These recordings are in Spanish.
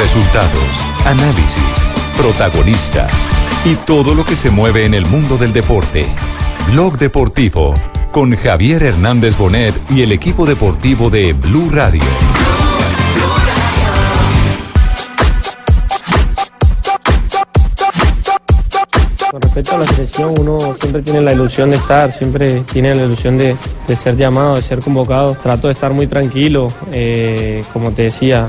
Resultados, análisis, protagonistas y todo lo que se mueve en el mundo del deporte. Blog Deportivo con Javier Hernández Bonet y el equipo deportivo de Blue Radio. Con respecto a la selección, uno siempre tiene la ilusión de estar, siempre tiene la ilusión de ser llamado, de ser convocado. Trato de estar muy tranquilo, como te decía.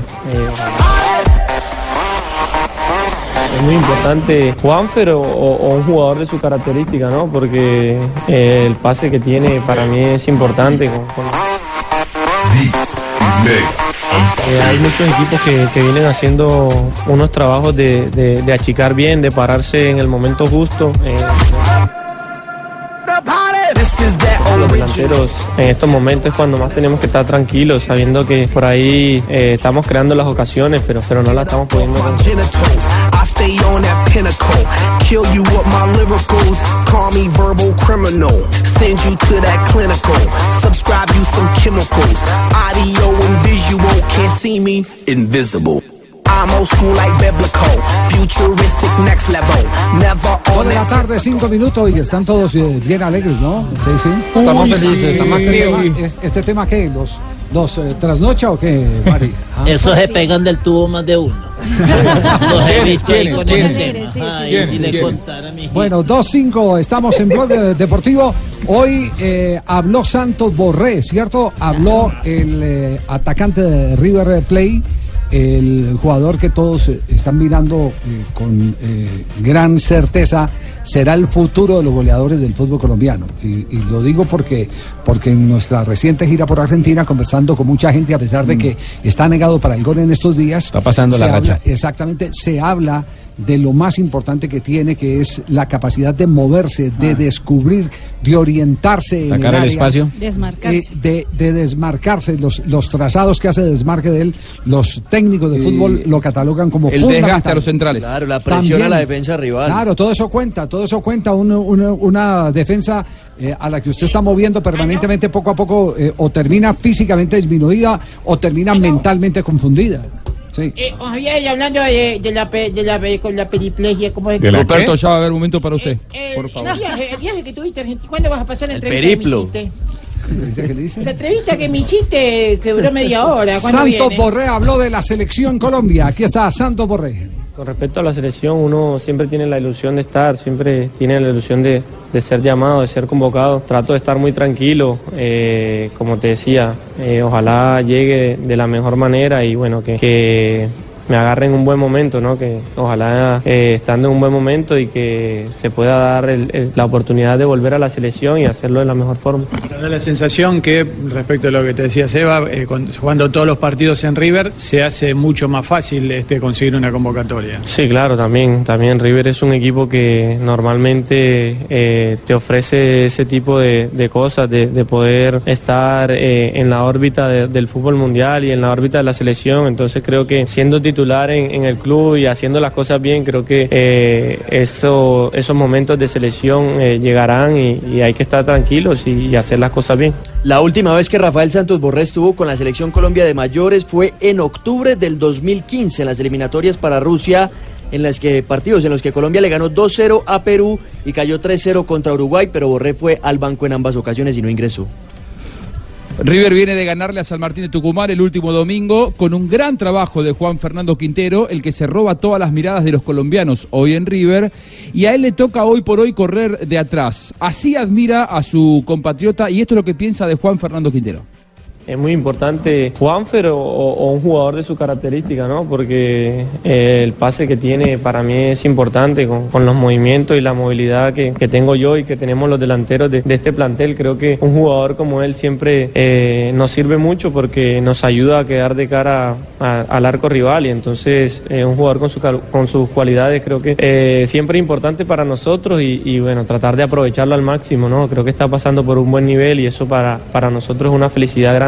Es muy importante Juanfer o un jugador de su característica, ¿no? Porque el pase que tiene para mí es importante. Hay muchos equipos que vienen haciendo unos trabajos de achicar bien, de pararse en el momento justo. Los delanteros en estos momentos es cuando más tenemos que estar tranquilos, sabiendo que por ahí estamos creando las ocasiones, pero no las estamos pudiendo. Dos de la tarde, 5 minutos y están todos bien alegres, ¿no? Sí. Estamos felices, estamos ¿Este tema qué? ¿Los trasnocha o qué, Mari? Eso se pegan del tubo más de uno. Los he visto ahí con el tema. Y le contara a mi hija. Bueno, 2-5, estamos en Blog Deportivo. Hoy habló Santos Borré, ¿cierto? Habló el atacante de River Plate, el jugador que todos están mirando con gran certeza será el futuro de los goleadores del fútbol colombiano. Y lo digo porque en nuestra reciente gira por Argentina, conversando con mucha gente, a pesar de que está negado para el gol en estos días, está pasando la racha. Exactamente, se habla de lo más importante que tiene, que es la capacidad de moverse, de descubrir, de orientarse en el área, espacio, desmarcarse. De desmarcarse, los trazados que hace de desmarque de él, los técnicos de fútbol lo catalogan como el fundamental. desgaste a los centrales. Claro, la presión También, a la defensa rival. Claro, todo eso cuenta, una defensa a la que usted está moviendo permanentemente, poco a poco, o termina físicamente disminuida o termina mentalmente confundida. Sí. Javier, hablando con la periplegia, ¿cómo es que? Roberto, ya va a haber un momento para usted, por favor. El viaje que tuviste a Argentina, ¿cuándo vas a pasar la entrevista periplo. que me hiciste? ¿Qué le dice? La entrevista que me hiciste, que duró media hora. Santos Borré habló de la selección Colombia. Aquí está Santos Borré. Con respecto a la selección, uno siempre tiene la ilusión de estar, siempre tiene la ilusión de ser llamado, de ser convocado. Trato de estar muy tranquilo, como te decía, ojalá llegue de la mejor manera y bueno, que me agarre en un buen momento, ¿no? Que ojalá estando en un buen momento y que se pueda dar la oportunidad de volver a la selección y hacerlo de la mejor forma. Da la sensación que, respecto a lo que te decía Seba, jugando todos los partidos en River, se hace mucho más fácil conseguir una convocatoria. Sí, claro, también River es un equipo que normalmente te ofrece ese tipo de cosas, de poder estar en la órbita del fútbol mundial y en la órbita de la selección. Entonces creo que siendo titular en el club y haciendo las cosas bien, creo que esos momentos de selección llegarán y hay que estar tranquilos y hacer las cosas bien. La última vez que Rafael Santos Borré estuvo con la selección Colombia de mayores fue en octubre del 2015 en las eliminatorias para Rusia, partidos en los que Colombia le ganó 2-0 a Perú y cayó 3-0 contra Uruguay, pero Borré fue al banco en ambas ocasiones y no ingresó. River viene de ganarle a San Martín de Tucumán el último domingo con un gran trabajo de Juan Fernando Quintero, el que se roba todas las miradas de los colombianos hoy en River, y a él le toca hoy por hoy correr de atrás. Así admira a su compatriota y esto es lo que piensa de Juan Fernando Quintero. Es muy importante Juanfer o un jugador de su característica, ¿no? Porque el pase que tiene para mí es importante con los movimientos y la movilidad que tengo yo y que tenemos los delanteros de este plantel. Creo que un jugador como él siempre nos sirve mucho porque nos ayuda a quedar de cara al arco rival y entonces un jugador con sus cualidades creo que siempre es importante para nosotros y bueno, tratar de aprovecharlo al máximo, ¿no? Creo que está pasando por un buen nivel y eso para nosotros es una felicidad grande.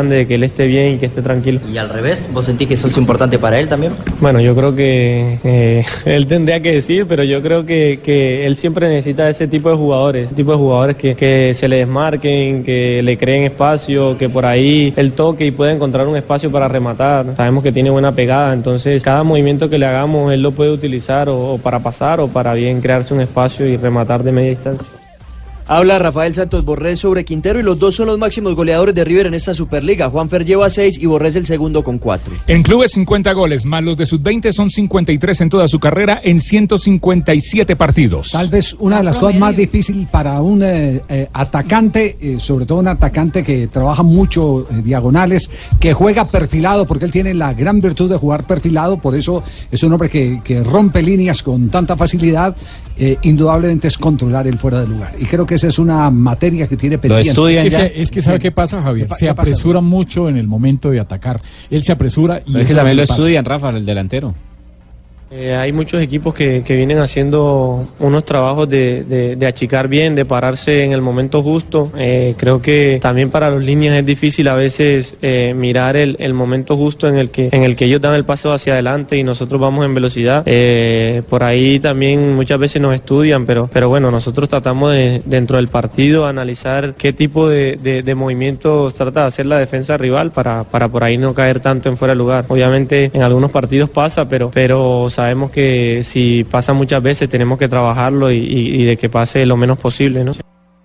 grande de que él esté bien y que esté tranquilo. ¿Y al revés? ¿Vos sentís que sos importante para él también? Bueno, yo creo que él tendría que decir, pero yo creo que él siempre necesita ese tipo de jugadores, que se le desmarquen, que le creen espacio, que por ahí él toque y pueda encontrar un espacio para rematar. Sabemos que tiene buena pegada, entonces cada movimiento que le hagamos él lo puede utilizar o para pasar o para bien crearse un espacio y rematar de media distancia. Habla Rafael Santos Borré sobre Quintero y los dos son los máximos goleadores de River en esta Superliga. Juanfer lleva 6 y Borré es el segundo con 4. En clubes 50 goles, más los de sus 20 son 53 en toda su carrera en 157 partidos. Tal vez una de las cosas más difíciles para un atacante, sobre todo un atacante que trabaja mucho diagonales, que juega perfilado, porque él tiene la gran virtud de jugar perfilado, por eso es un hombre que rompe líneas con tanta facilidad, indudablemente es controlar el fuera de lugar. Y creo que esa es una materia que tiene pendiente. Lo estudian es que ¿sabe qué pasa, Javier? Se apresura mucho en el momento de atacar. Él se apresura y es que también lo estudian, Rafa, el delantero. Hay muchos equipos que vienen haciendo unos trabajos de achicar bien, de pararse en el momento justo. Creo que también para los líneas es difícil a veces mirar el momento justo en el que ellos dan el paso hacia adelante y nosotros vamos en velocidad. Por ahí también muchas veces nos estudian, pero bueno, nosotros tratamos dentro del partido analizar qué tipo de movimientos trata de hacer la defensa rival para por ahí no caer tanto en fuera de lugar. Obviamente en algunos partidos pasa, pero sabemos que si pasa muchas veces tenemos que trabajarlo y de que pase lo menos posible, ¿no?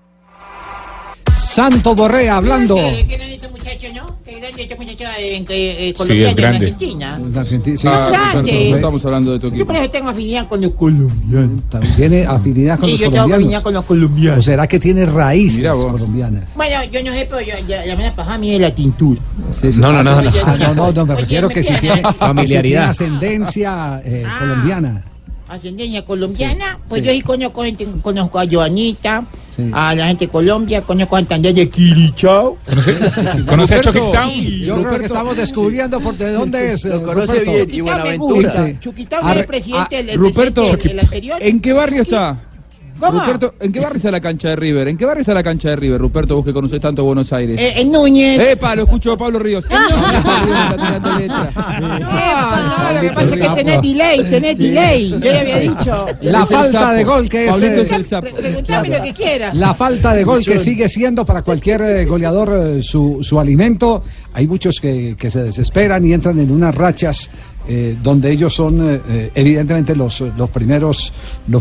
Santos Borré hablando. Qué grande este muchacho, ¿no? Qué grande este muchacho colombiano, sí, es grande. en Argentina. En Argentina, sí, grande. No estamos hablando de tu Yo equipo. por eso tengo afinidad con los colombianos. También tiene afinidad con Sí, los yo tengo colombianos. afinidad con los colombianos. ¿O será que tiene raíces Mira vos. colombianas? Bueno, yo no sé, pero la buena paja mía es la tintura. Sí, sí. No, Ah, Oye, me refiero que si tiene Familiaridad. si tiene ascendencia colombiana. Ascendencia colombiana, pues sí. yo sí conozco a Joanita, Sí. a la gente de Colombia, conozco a Santander de Quilichao. ¿Conoce a Ruperto, Choquitao? Yo creo que estamos descubriendo por de dónde es. Lo conoce Ruperto. bien. Y Chuquitao me Buenaventura. gusta. Sí. Chuquitao fue el presidente, el Ruperto, presidente, el anterior. ¿en qué barrio está? ¿Cómo? Ruperto, ¿en qué barrio está la cancha de River? ¿En qué barrio está la cancha de River, Ruperto, vos que conocés tanto Buenos Aires? En Núñez. ¡Epa! Lo escucho a Pablo Ríos. No, lo que pasa es que tenés delay, yo ya había dicho. La falta de gol que es. Pablito es el sapo. Preguntame lo que quieras. La falta de gol que sigue siendo para cualquier goleador su alimento. Hay muchos que se desesperan y entran en unas rachas donde ellos son evidentemente los primeros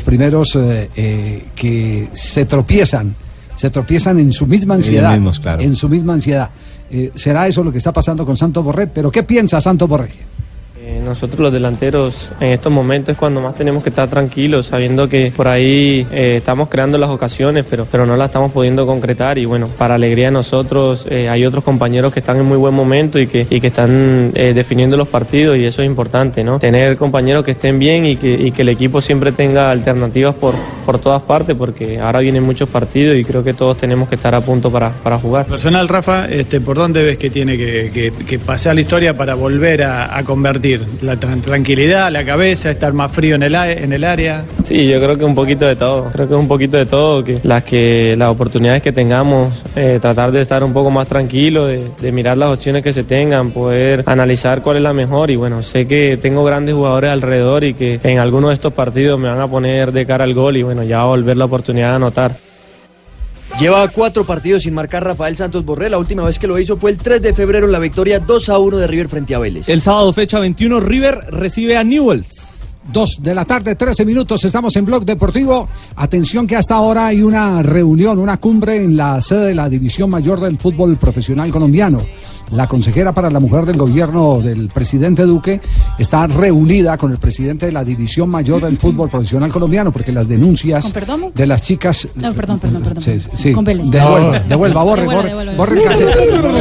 que se tropiezan en su misma ansiedad. Ellos mismos, claro. En su misma ansiedad. ¿Será eso lo que está pasando con Santos Borré? ¿Pero qué piensa Santos Borré? Nosotros los delanteros en estos momentos es cuando más tenemos que estar tranquilos, sabiendo que por ahí estamos creando las ocasiones, pero no las estamos pudiendo concretar y bueno, para alegría de nosotros hay otros compañeros que están en muy buen momento y que están definiendo los partidos y eso es importante, ¿no? Tener compañeros que estén bien y que el equipo siempre tenga alternativas por todas partes porque ahora vienen muchos partidos y creo que todos tenemos que estar a punto para jugar. Personal, Rafa, ¿por dónde ves que tiene que pasar la historia para volver a convertir? La tranquilidad, la cabeza, estar más frío en el área. Sí, yo creo que un poquito de todo. Creo que es un poquito de todo, que las oportunidades que tengamos, tratar de estar un poco más tranquilo, de mirar las opciones que se tengan, poder analizar cuál es la mejor y bueno, sé que tengo grandes jugadores alrededor y que en algunos de estos partidos me van a poner de cara al gol y bueno, ya va a volver la oportunidad de anotar. Lleva 4 partidos sin marcar Rafael Santos Borré. La última vez que lo hizo fue el 3 de febrero en la victoria 2-1 de River frente a Vélez. El sábado, fecha 21, River recibe a Newell's. 2 de la tarde, 13 minutos, estamos en Blog Deportivo. Atención que hasta ahora hay una reunión, una cumbre en la sede de la División Mayor del Fútbol Profesional Colombiano. La consejera para la mujer del gobierno del presidente Duque está reunida con el presidente de la División Mayor del Fútbol Profesional Colombiano porque las denuncias de las chicas... No, perdón. Sí. Con Vélez. Devuelva, borre el cassette.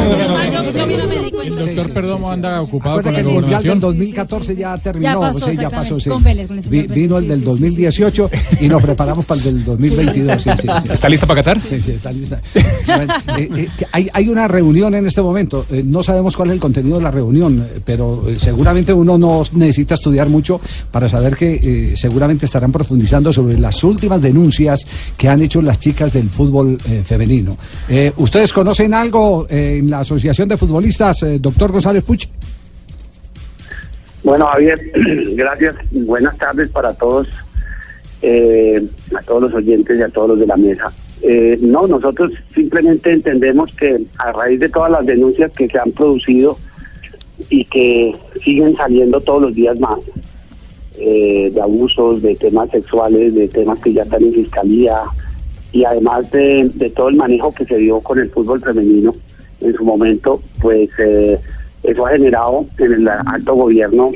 El doctor Perdomo anda ocupado con la Acuérdate que el Mundial del gobernación. 2014 ya terminó. Ya pasó, sí. con Vélez, con el señor Vino el del 2018 y nos preparamos para el del 2022. Sí. ¿Está lista para Qatar? Sí, está lista. Bueno, hay una reunión en este momento. No sabemos cuál es el contenido de la reunión, pero seguramente uno no necesita estudiar mucho para saber que seguramente estarán profundizando sobre las últimas denuncias que han hecho las chicas del fútbol femenino. ¿Ustedes conocen algo en la Asociación de Futbolistas, doctor González Puch. Bueno, Javier, gracias. Buenas tardes para todos, a todos los oyentes y a todos los de la mesa. No, nosotros simplemente entendemos que a raíz de todas las denuncias que se han producido y que siguen saliendo todos los días más, de abusos, de temas sexuales, de temas que ya están en fiscalía, y además de todo el manejo que se dio con el fútbol femenino en su momento, pues eso ha generado en el alto gobierno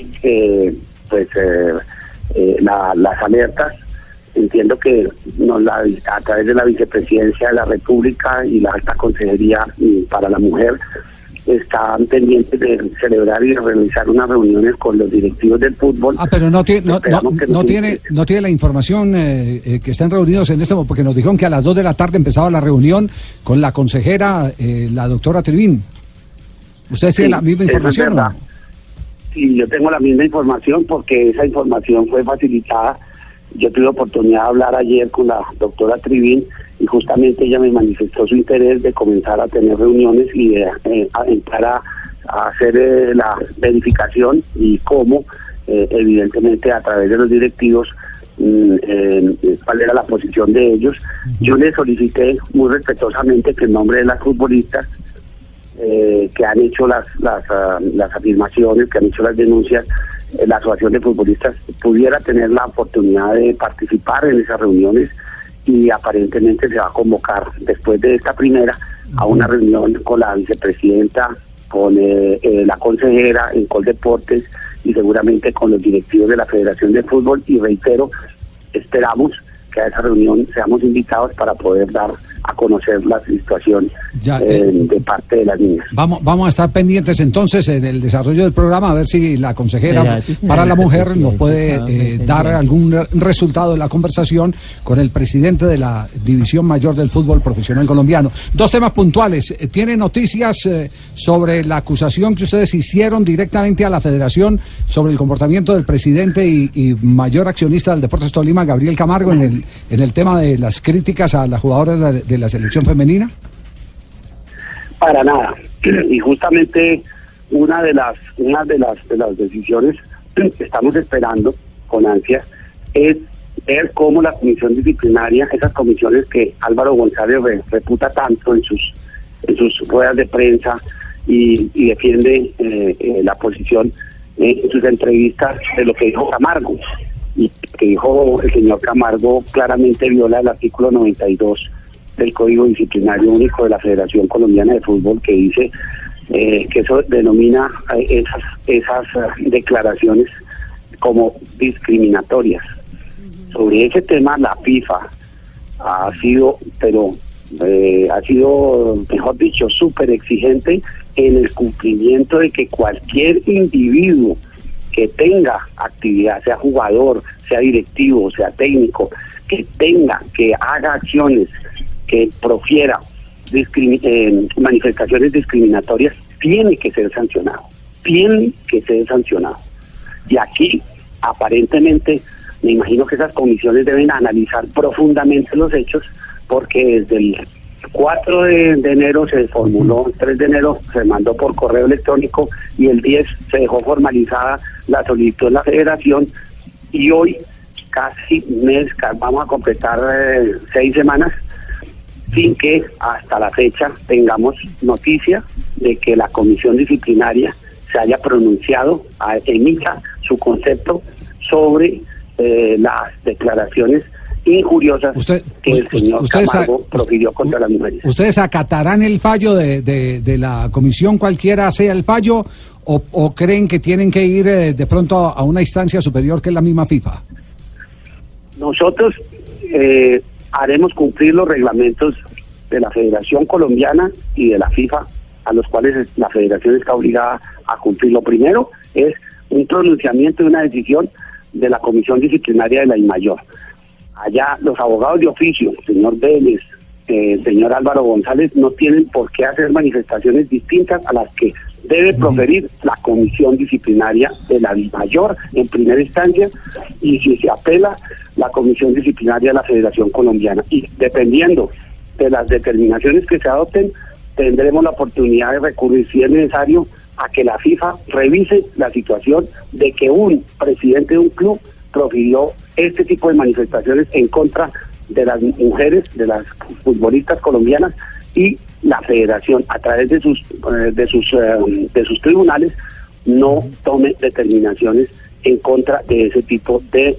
las alertas. Entiendo que a través de la Vicepresidencia de la República y la Alta Consejería para la Mujer están pendientes de celebrar y de realizar unas reuniones con los directivos del fútbol. Pero no tiene la información que estén reunidos en este momento, porque nos dijeron que a las 2 de la tarde empezaba la reunión con la consejera, la doctora Trivín. ¿Ustedes tienen la misma información? ¿No? Sí, yo tengo la misma información porque esa información fue facilitada. Yo tuve oportunidad de hablar ayer con la doctora Trivín y justamente ella me manifestó su interés de comenzar a tener reuniones y de entrar a hacer la verificación y cómo, evidentemente a través de los directivos, cuál era la posición de ellos. Yo les solicité muy respetuosamente que en nombre de las futbolistas que han hecho las afirmaciones, que han hecho las denuncias, la asociación de futbolistas pudiera tener la oportunidad de participar en esas reuniones, y aparentemente se va a convocar después de esta primera a una reunión con la vicepresidenta, con la consejera en Coldeportes y seguramente con los directivos de la Federación de Fútbol, y reitero, esperamos que a esa reunión seamos invitados para poder dar a conocer la situación de parte de las niñas. Vamos a estar pendientes entonces en el desarrollo del programa, a ver si la consejera para la mujer nos puede dar algún resultado de la conversación con el presidente de la División Mayor del Fútbol Profesional Colombiano. Dos temas puntuales. ¿Tiene noticias sobre la acusación que ustedes hicieron directamente a la federación sobre el comportamiento del presidente y mayor accionista del Deportes Tolima, Gabriel Camargo, en el tema de las críticas a las jugadoras de la selección femenina? Para nada. Y justamente una de las decisiones que estamos esperando con ansia es ver cómo la comisión disciplinaria, esas comisiones que Álvaro González reputa tanto en sus ruedas de prensa y defiende la posición en sus entrevistas de lo que dijo Camargo, y que dijo el señor Camargo claramente viola el artículo 92 del Código Disciplinario Único de la Federación Colombiana de Fútbol, que dice que eso denomina esas declaraciones como discriminatorias. Sobre ese tema la FIFA ha sido, mejor dicho, súper exigente en el cumplimiento de que cualquier individuo que tenga actividad, sea jugador, sea directivo, sea técnico, que haga acciones, que profiera manifestaciones discriminatorias, tiene que ser sancionado. Y aquí, aparentemente, me imagino que esas comisiones deben analizar profundamente los hechos, porque desde el 4 de enero se formuló, el 3 de enero se mandó por correo electrónico y el 10 se dejó formalizada la solicitud de la federación, y hoy, casi vamos a completar 6 semanas sin que hasta la fecha tengamos noticia de que la comisión disciplinaria se haya pronunciado, emita su concepto sobre las declaraciones injuriosas que el señor Camargo profirió contra las mujeres. ¿Ustedes acatarán el fallo de la comisión, cualquiera sea el fallo, o creen que tienen que ir de pronto a una instancia superior que es la misma FIFA? Nosotros haremos cumplir los reglamentos de la Federación Colombiana y de la FIFA, a los cuales la Federación está obligada a cumplir. Lo primero es un pronunciamiento y una decisión de la Comisión Disciplinaria de la DIMAYOR. Allá los abogados de oficio, señor Vélez, señor Álvaro González, no tienen por qué hacer manifestaciones distintas a las que debe proferir la Comisión Disciplinaria de la DIMAYOR en primera instancia, y si se apela, la Comisión Disciplinaria de la Federación Colombiana. Y dependiendo de las determinaciones que se adopten, tendremos la oportunidad de recurrir, si es necesario, a que la FIFA revise la situación de que un presidente de un club profirió este tipo de manifestaciones en contra de las mujeres, de las futbolistas colombianas, y la federación, a través de sus tribunales, no tome determinaciones en contra de ese tipo de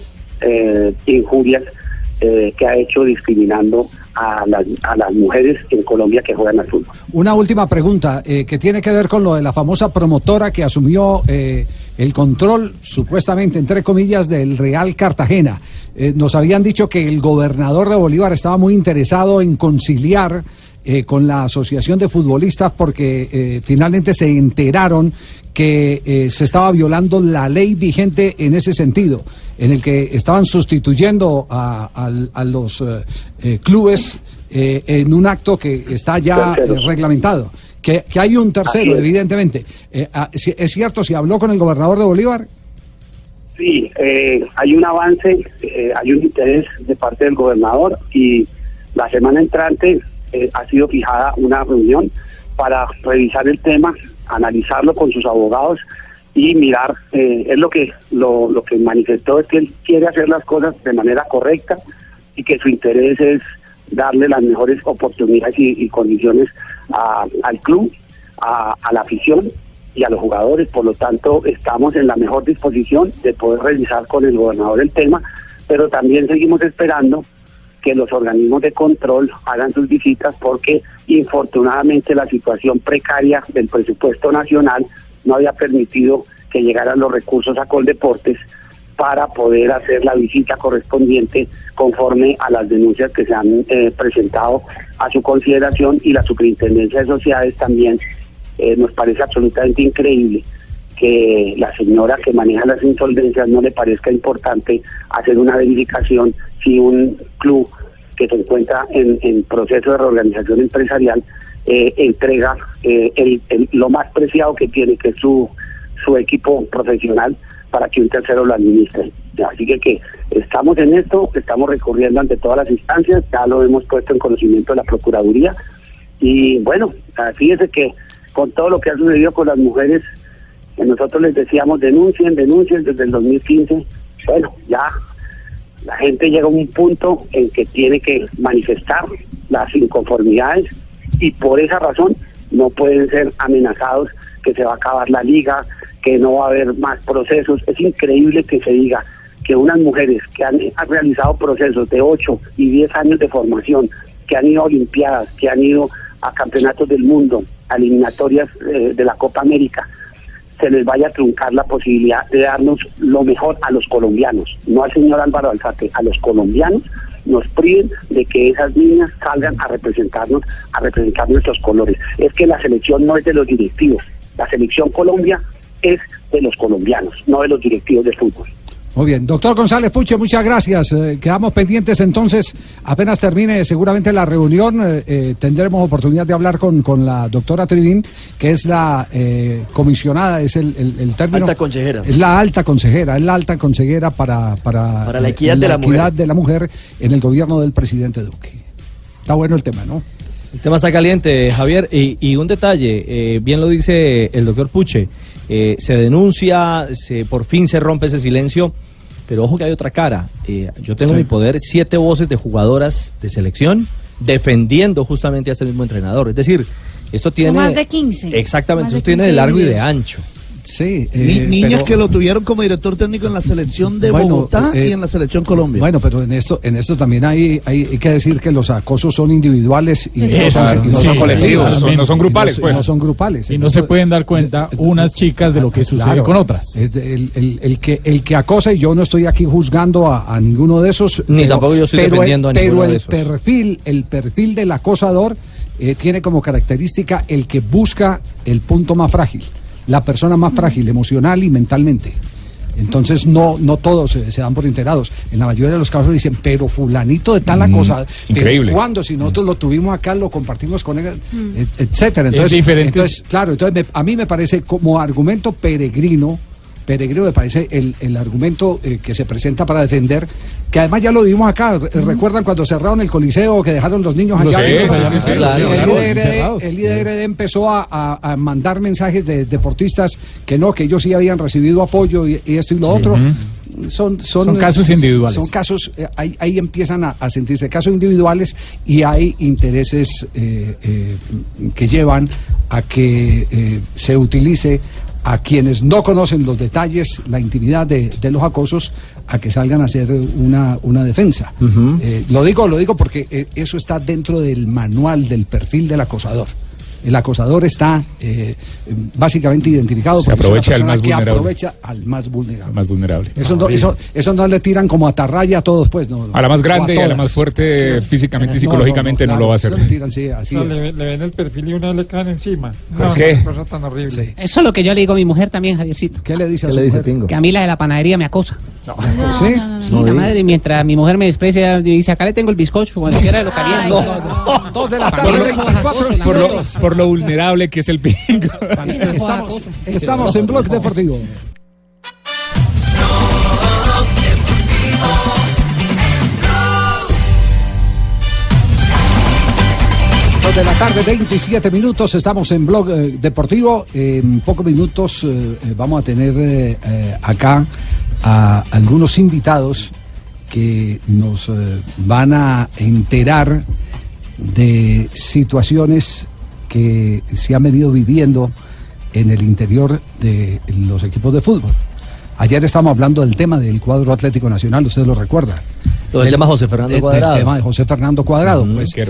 injurias que ha hecho discriminando a las mujeres en Colombia que juegan al fútbol. Una última pregunta que tiene que ver con lo de la famosa promotora que asumió el control, supuestamente, entre comillas, del Real Cartagena. Nos habían dicho que el gobernador de Bolívar estaba muy interesado en conciliar con la asociación de futbolistas porque finalmente se enteraron que se estaba violando la ley vigente en ese sentido, en el que estaban sustituyendo a los clubes en un acto que está ya reglamentado. Que hay un tercero, evidentemente. ¿Es cierto? ¿Si habló con el gobernador de Bolívar? Sí, hay un avance, hay un interés de parte del gobernador, y la semana entrante ha sido fijada una reunión para revisar el tema, analizarlo con sus abogados y mirar. Es lo que manifestó, es que él quiere hacer las cosas de manera correcta y que su interés es darle las mejores oportunidades y condiciones al club, a la afición y a los jugadores. Por lo tanto, estamos en la mejor disposición de poder revisar con el gobernador el tema, pero también seguimos esperando que los organismos de control hagan sus visitas, porque infortunadamente la situación precaria del presupuesto nacional no había permitido que llegaran los recursos a Coldeportes para poder hacer la visita correspondiente conforme a las denuncias que se han presentado a su consideración. Y la Superintendencia de Sociedades también nos parece absolutamente increíble que la señora que maneja las insolvencias no le parezca importante hacer una verificación si un club que se encuentra en proceso de reorganización empresarial entrega lo más preciado que tiene, que es su equipo profesional, para que un tercero lo administre. Así que estamos en esto, estamos recurriendo ante todas las instancias, ya lo hemos puesto en conocimiento de la Procuraduría, y bueno, fíjese que con todo lo que ha sucedido con las mujeres, nosotros les decíamos denuncien desde el 2015. Bueno, ya la gente llega a un punto en que tiene que manifestar las inconformidades, y por esa razón no pueden ser amenazados que se va a acabar la liga, que no va a haber más procesos. Es increíble que se diga que unas mujeres que han realizado procesos de 8 y 10 años de formación, que han ido a olimpiadas, que han ido a campeonatos del mundo, a eliminatorias de la Copa América, se les vaya a truncar la posibilidad de darnos lo mejor a los colombianos, no al señor Álvaro Alzate, a los colombianos, nos priven de que esas niñas salgan a representar nuestros colores. Es que la selección no es de los directivos, la selección Colombia es de los colombianos, no de los directivos de fútbol. Muy bien, doctor González Puche, muchas gracias. Quedamos pendientes entonces, apenas termine seguramente la reunión, tendremos oportunidad de hablar con la doctora Trivín, que es la comisionada, es el término. Alta consejera. Es la alta consejera para la equidad de la mujer en el gobierno del presidente Duque. Está bueno el tema, ¿no? El tema está caliente, Javier, y un detalle, bien lo dice el doctor Puche, se denuncia, por fin se rompe ese silencio, pero ojo que hay otra cara. Yo tengo en mi poder 7 voces de jugadoras de selección defendiendo justamente a ese mismo entrenador. Es decir, esto tiene... Son más de 15. Exactamente, eso tiene de largo y de ancho. Sí, niñas que lo tuvieron como director técnico en la selección de Bogotá y en la selección Colombia. Bueno, pero en esto también hay que decir que los acosos son individuales y no son colectivos, no son grupales, no son grupales. Y no se pueden dar cuenta unas chicas de lo que sucede con otras. El que acosa, y yo no estoy aquí juzgando a ninguno de esos, ni tampoco yo estoy defendiendo a ninguno de esos. Pero el perfil del acosador tiene como característica el que busca el punto más frágil, la persona más frágil emocional y mentalmente. Entonces no todos se dan por enterados. En la mayoría de los casos dicen, pero fulanito de tal cosa. Increíble. Pero ¿cuándo? Si nosotros lo tuvimos acá, lo compartimos con él, etcétera. Entonces, a mí me parece como argumento peregrino peregrino me parece el argumento que se presenta para defender, que además ya lo vimos acá. ¿Recuerdan cuando cerraron el Coliseo, que dejaron los niños allá? El líder empezó a mandar mensajes de deportistas que ellos sí habían recibido apoyo y esto y lo otro. Son casos individuales. Son casos, ahí empiezan a sentirse casos individuales y hay intereses que llevan a que se utilice a quienes no conocen los detalles, la intimidad de los acosos, a que salgan a hacer una defensa. Lo digo porque eso está dentro del manual del perfil del acosador. El acosador está básicamente identificado se porque aprovecha es una persona que vulnerable. aprovecha al más vulnerable. Más vulnerable. Eso no le tiran como atarraya a todos, pues. No, a la más grande y a la más fuerte físicamente y psicológicamente no lo va a hacer. Le ven el perfil y una le caen encima. ¿Por qué? Una cosa tan horrible. Sí. Eso es lo que yo le digo a mi mujer también, Javiercito. ¿Qué le dice a su mujer? Pingo? Que a mí la de la panadería me acosa. ¿Sí? Sí, la madre, mientras mi mujer me desprecia, dice, acá le tengo el bizcocho, cuando quiera lo caliente. 2 de la tarde, 24 minutos. Por lo vulnerable que es el pingo. Estamos en Blog Deportivo. De la tarde, 27 minutos, estamos en Blog Deportivo. En pocos minutos vamos a tener acá a algunos invitados que nos van a enterar de situaciones que se han venido viviendo en el interior de los equipos de fútbol. Ayer estábamos hablando del tema del cuadro Atlético Nacional, usted lo recuerda. El tema José Fernando Cuadrado. El tema de José Fernando Cuadrado.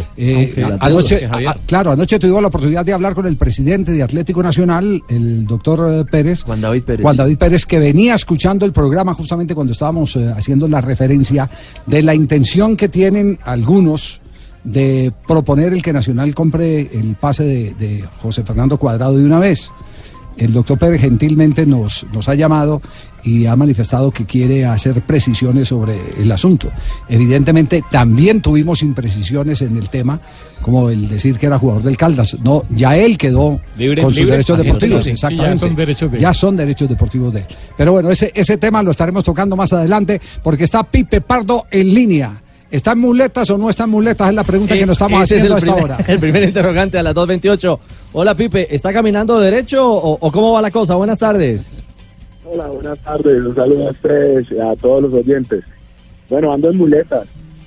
Anoche tuvimos la oportunidad de hablar con el presidente de Atlético Nacional, el doctor Pérez. Juan David Pérez, que venía escuchando el programa justamente cuando estábamos haciendo la referencia de la intención que tienen algunos de proponer el que Nacional compre el pase de José Fernando Cuadrado de una vez. El doctor Pérez gentilmente nos ha llamado y ha manifestado que quiere hacer precisiones sobre el asunto. Evidentemente también tuvimos imprecisiones en el tema, como el decir que era jugador del Caldas. No, ya él quedó con sus derechos deportivos. Exactamente. Ya son derechos deportivos de él. Pero bueno, ese tema lo estaremos tocando más adelante porque está Pipe Pardo en línea. ¿Está en muletas o no está en muletas? Es la pregunta que nos estamos haciendo a esta hora. El primer interrogante a las 2:28. Hola, Pipe, ¿está caminando derecho o cómo va la cosa? Buenas tardes. Hola, buenas tardes. Un saludo a ustedes y a todos los oyentes. Bueno, ando en muletas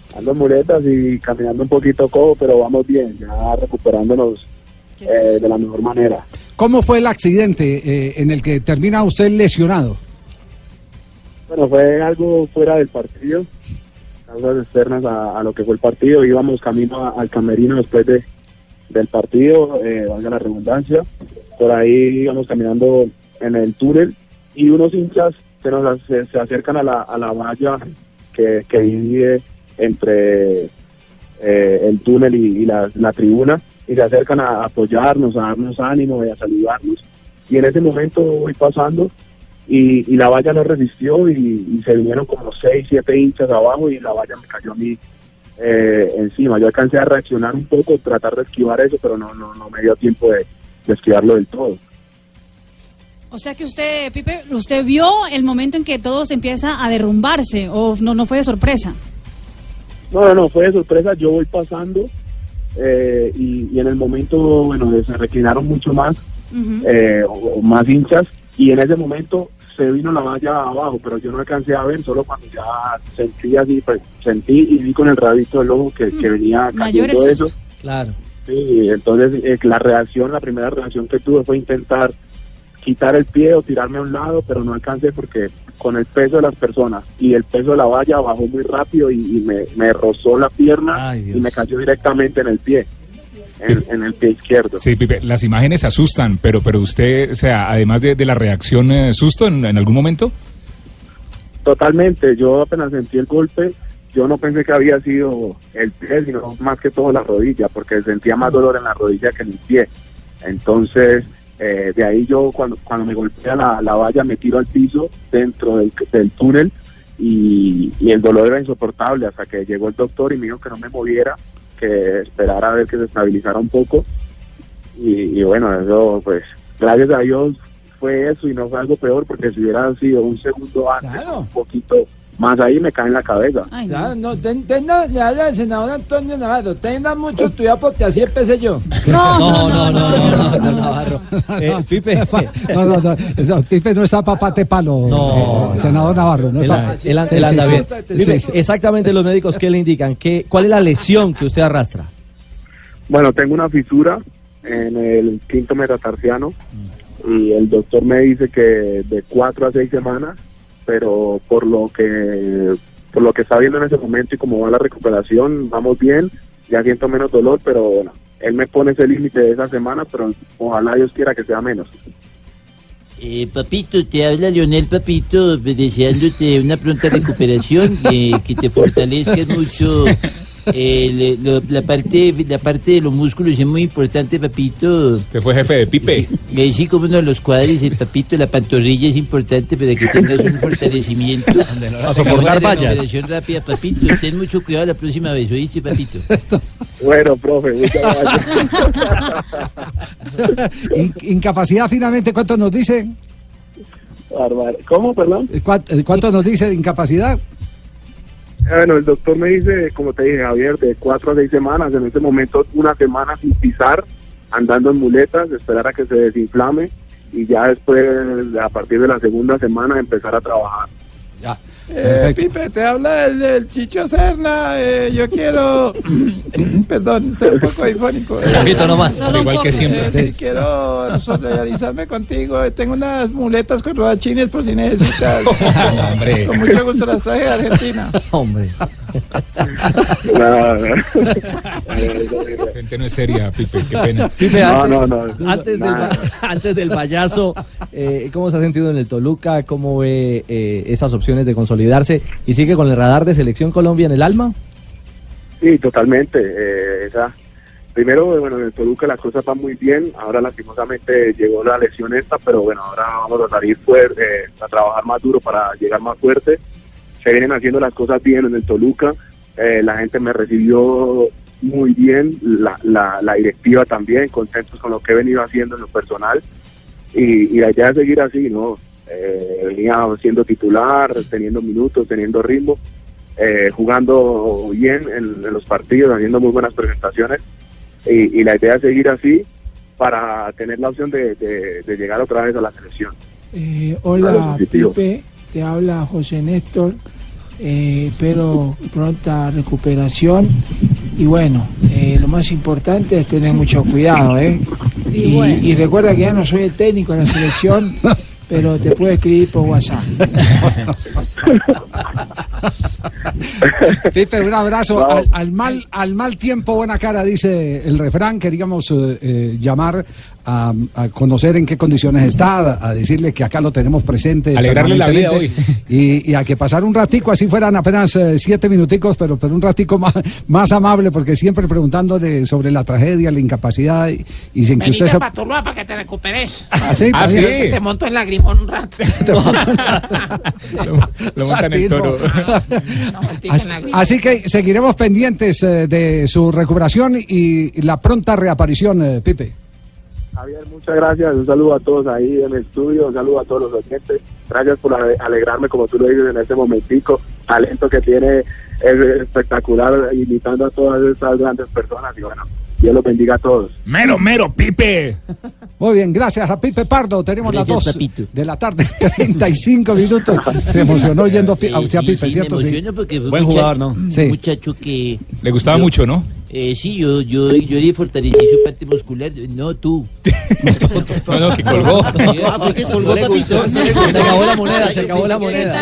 y caminando un poquito cojo, pero vamos bien, ya recuperándonos de la mejor manera. ¿Cómo fue el accidente en el que termina usted lesionado? Bueno, fue algo fuera del partido. Causas externas a lo que fue el partido. Íbamos camino al camerino después del partido, valga la redundancia. Por ahí íbamos caminando en el túnel y unos hinchas se acercan a la valla que divide entre el túnel y la tribuna, y se acercan a apoyarnos, a darnos ánimo y a saludarnos. Y en ese momento voy pasando y la valla no resistió y se vinieron como 6, 7 hinchas abajo y la valla me cayó a mí encima. Yo alcancé a reaccionar un poco, tratar de esquivar eso, pero no me dio tiempo de esquivarlo del todo. O sea que usted, Pipe, usted vio el momento en que todo se empieza a derrumbarse, o no fue de sorpresa. No, fue de sorpresa. Yo voy pasando y en el momento, bueno, se reclinaron mucho más, o más hinchas, y en ese momento se vino la valla abajo, pero yo no alcancé a ver, solo cuando ya sentí así, pues, sentí y vi con el rabito del ojo que venía cayendo eso. Claro. Sí, entonces la primera reacción que tuve fue intentar quitar el pie o tirarme a un lado, pero no alcancé porque con el peso de las personas y el peso de la valla bajó muy rápido y me rozó la pierna y me cayó directamente en el pie. En el pie izquierdo. Sí, Pipe, las imágenes asustan, pero usted, o sea, además de la reacción, ¿susto en algún momento? Totalmente, yo apenas sentí el golpe, yo no pensé que había sido el pie, sino más que todo la rodilla, porque sentía más dolor en la rodilla que en el pie. Entonces, de ahí yo, cuando me golpea la valla, me tiro al piso dentro del túnel y el dolor era insoportable hasta que llegó el doctor y me dijo que no me moviera, que esperara a ver que se estabilizara un poco y bueno, eso pues gracias a Dios fue eso y no fue algo peor, porque si hubiera sido un segundo antes, un poquito más ahí, me cae en la cabeza. Ay, no. Le habla el senador Antonio Navarro. Tenga mucho cuidado porque así empecé yo. No, Navarro. Pipe. No, Pipe no está papate palo. Senador Navarro. No está. Él anda bien. Pipe, exactamente los médicos, ¿qué le indican? ¿Cuál es la lesión que usted arrastra? Bueno, tengo una fisura en el quinto metatarsiano y el doctor me dice que de 4 a 6 semanas, pero por lo que está viendo en ese momento y como va la recuperación, vamos bien, ya siento menos dolor, pero bueno, él me pone ese límite de esa semana, pero ojalá Dios quiera que sea menos. Papito, te habla Leonel, papito, deseándote una pronta recuperación, que te fortalezcas mucho. La parte de los músculos es muy importante, papito. Usted fue jefe de Pipe. Sí, como uno de los cuádriceps, papito, la pantorrilla es importante para que tengas un fortalecimiento. A soportar vallas. Recuperación rápida, papito. Ten mucho cuidado la próxima vez, ¿oíste, papito? Bueno, profe, muchas gracias. Incapacidad finalmente, ¿cuánto nos dice? ¿Cómo, perdón? ¿Cuánto nos dice de incapacidad? Bueno, el doctor me dice, como te dije, Javier, de 4 a 6 semanas, en este momento una semana sin pisar, andando en muletas, esperar a que se desinflame y ya después, a partir de la segunda semana, empezar a trabajar. Ya. Pipe, te habla el Chicho Serna. Yo quiero. Perdón, estoy un poco difónico. Poquito nomás. Igual que siempre. Sí, quiero solidarizarme contigo. Tengo unas muletas con rodachines por si necesitas. Hombre. Con mucho gusto las traje de Argentina. Hombre. La gente no es seria, Pipe, qué pena. Pipe, no. Antes del payaso, ¿cómo se ha sentido en el Toluca? ¿Cómo ve esas opciones de consolidarse? ¿Y sigue con el radar de Selección Colombia en el alma? Sí, totalmente. Primero, bueno, en el Toluca las cosas van muy bien. Ahora lastimosamente llegó la lesión esta, pero bueno, ahora vamos a salir fuerte, a trabajar más duro para llegar más fuerte. Se vienen haciendo las cosas bien en el Toluca. La gente me recibió muy bien, la directiva también, contentos con lo que he venido haciendo en lo personal. Y la idea es seguir así, ¿no? Venía siendo titular, teniendo minutos, teniendo ritmo, jugando bien en los partidos, haciendo muy buenas presentaciones. Y la idea es seguir así para tener la opción de llegar otra vez a la selección. Hola, Pipe, te habla José Néstor. Espero pronta recuperación y bueno, lo más importante es tener mucho cuidado, Sí, y recuerda que ya no soy el técnico de la selección, pero te puedo escribir por WhatsApp. Pipe, un abrazo. No. Al mal tiempo, buena cara, dice el refrán. Queríamos llamar a conocer en qué condiciones está, a decirle que acá lo tenemos presente. Alegrarle la vida hoy. Y a que pasar un ratico, así fueran apenas 7 minuticos, pero un ratico más amable, porque siempre preguntándole sobre la tragedia, la incapacidad y sin que usted... para Tuluá para que te recuperes. ¿Ah, sí? ¿Sí? Te monto el lagrimón un rato. Lo montan en el toro. Así que seguiremos pendientes de su recuperación y la pronta reaparición, Pipe. Javier, muchas gracias. Un saludo a todos ahí en el estudio, un saludo a todos los oyentes. Gracias por alegrarme, como tú lo dices, en este momentico. Talento que tiene es espectacular, imitando a todas estas grandes personas. Y bueno, Dios los bendiga a todos. Mero, Pipe. Muy bien, gracias a Pipe Pardo. Tenemos gracias, las 2 papito. De la tarde, 35 minutos. Se emocionó oyendo a usted a Pipe, ¿cierto? Me emociono porque fue buen jugador, ¿no? Un Sí. muchacho que... Le gustaba mucho, ¿no? Sí, yo le fortalecí su parte muscular. No, tú. No, que colgó. Fue que colgó, papito. Se acabó la moneda, se acabó la moneda.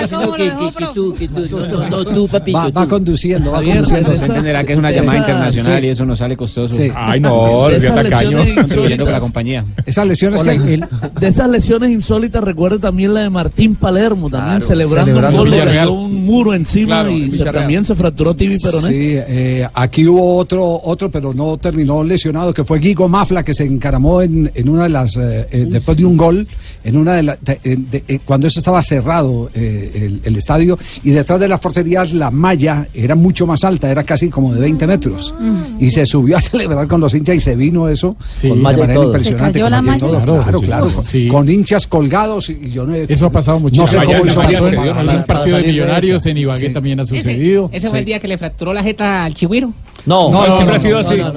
No, tú, papito. Va conduciendo, Javier, se entenderá que es una llamada internacional y eso no sale costoso. Sí. Ay, no, el tacaño. Contribuyendo con la compañía. Esas lesiones que... De esas lesiones insólitas, recuerda también la de Martín Palermo, también Claro, celebrando un gol, le Villarreal. cayó un muro encima, Claro, y Villarreal. también se fracturó tibia y peroné. Sí, aquí hubo otro otro, pero no terminó lesionado, que fue Guigo Mafla, que se encaramó en una de las, después de un gol, en una de las, cuando eso estaba cerrado el estadio, y detrás de las porterías la malla era mucho más alta, era casi como de 20 metros, y se subió a celebrar con los hinchas y se vino eso con de malla manera y todo. impresionante. ¿Se cayó la malla? Claro, con hinchas colgados, y yo no, eso ha pasado muchísimo. No sé cómo eso pasó en algún partido de Millonarios, en Ibagué también ha sucedido. Ese fue el día que le fracturó la jeta al Chigüiro. No, siempre ha sido así. No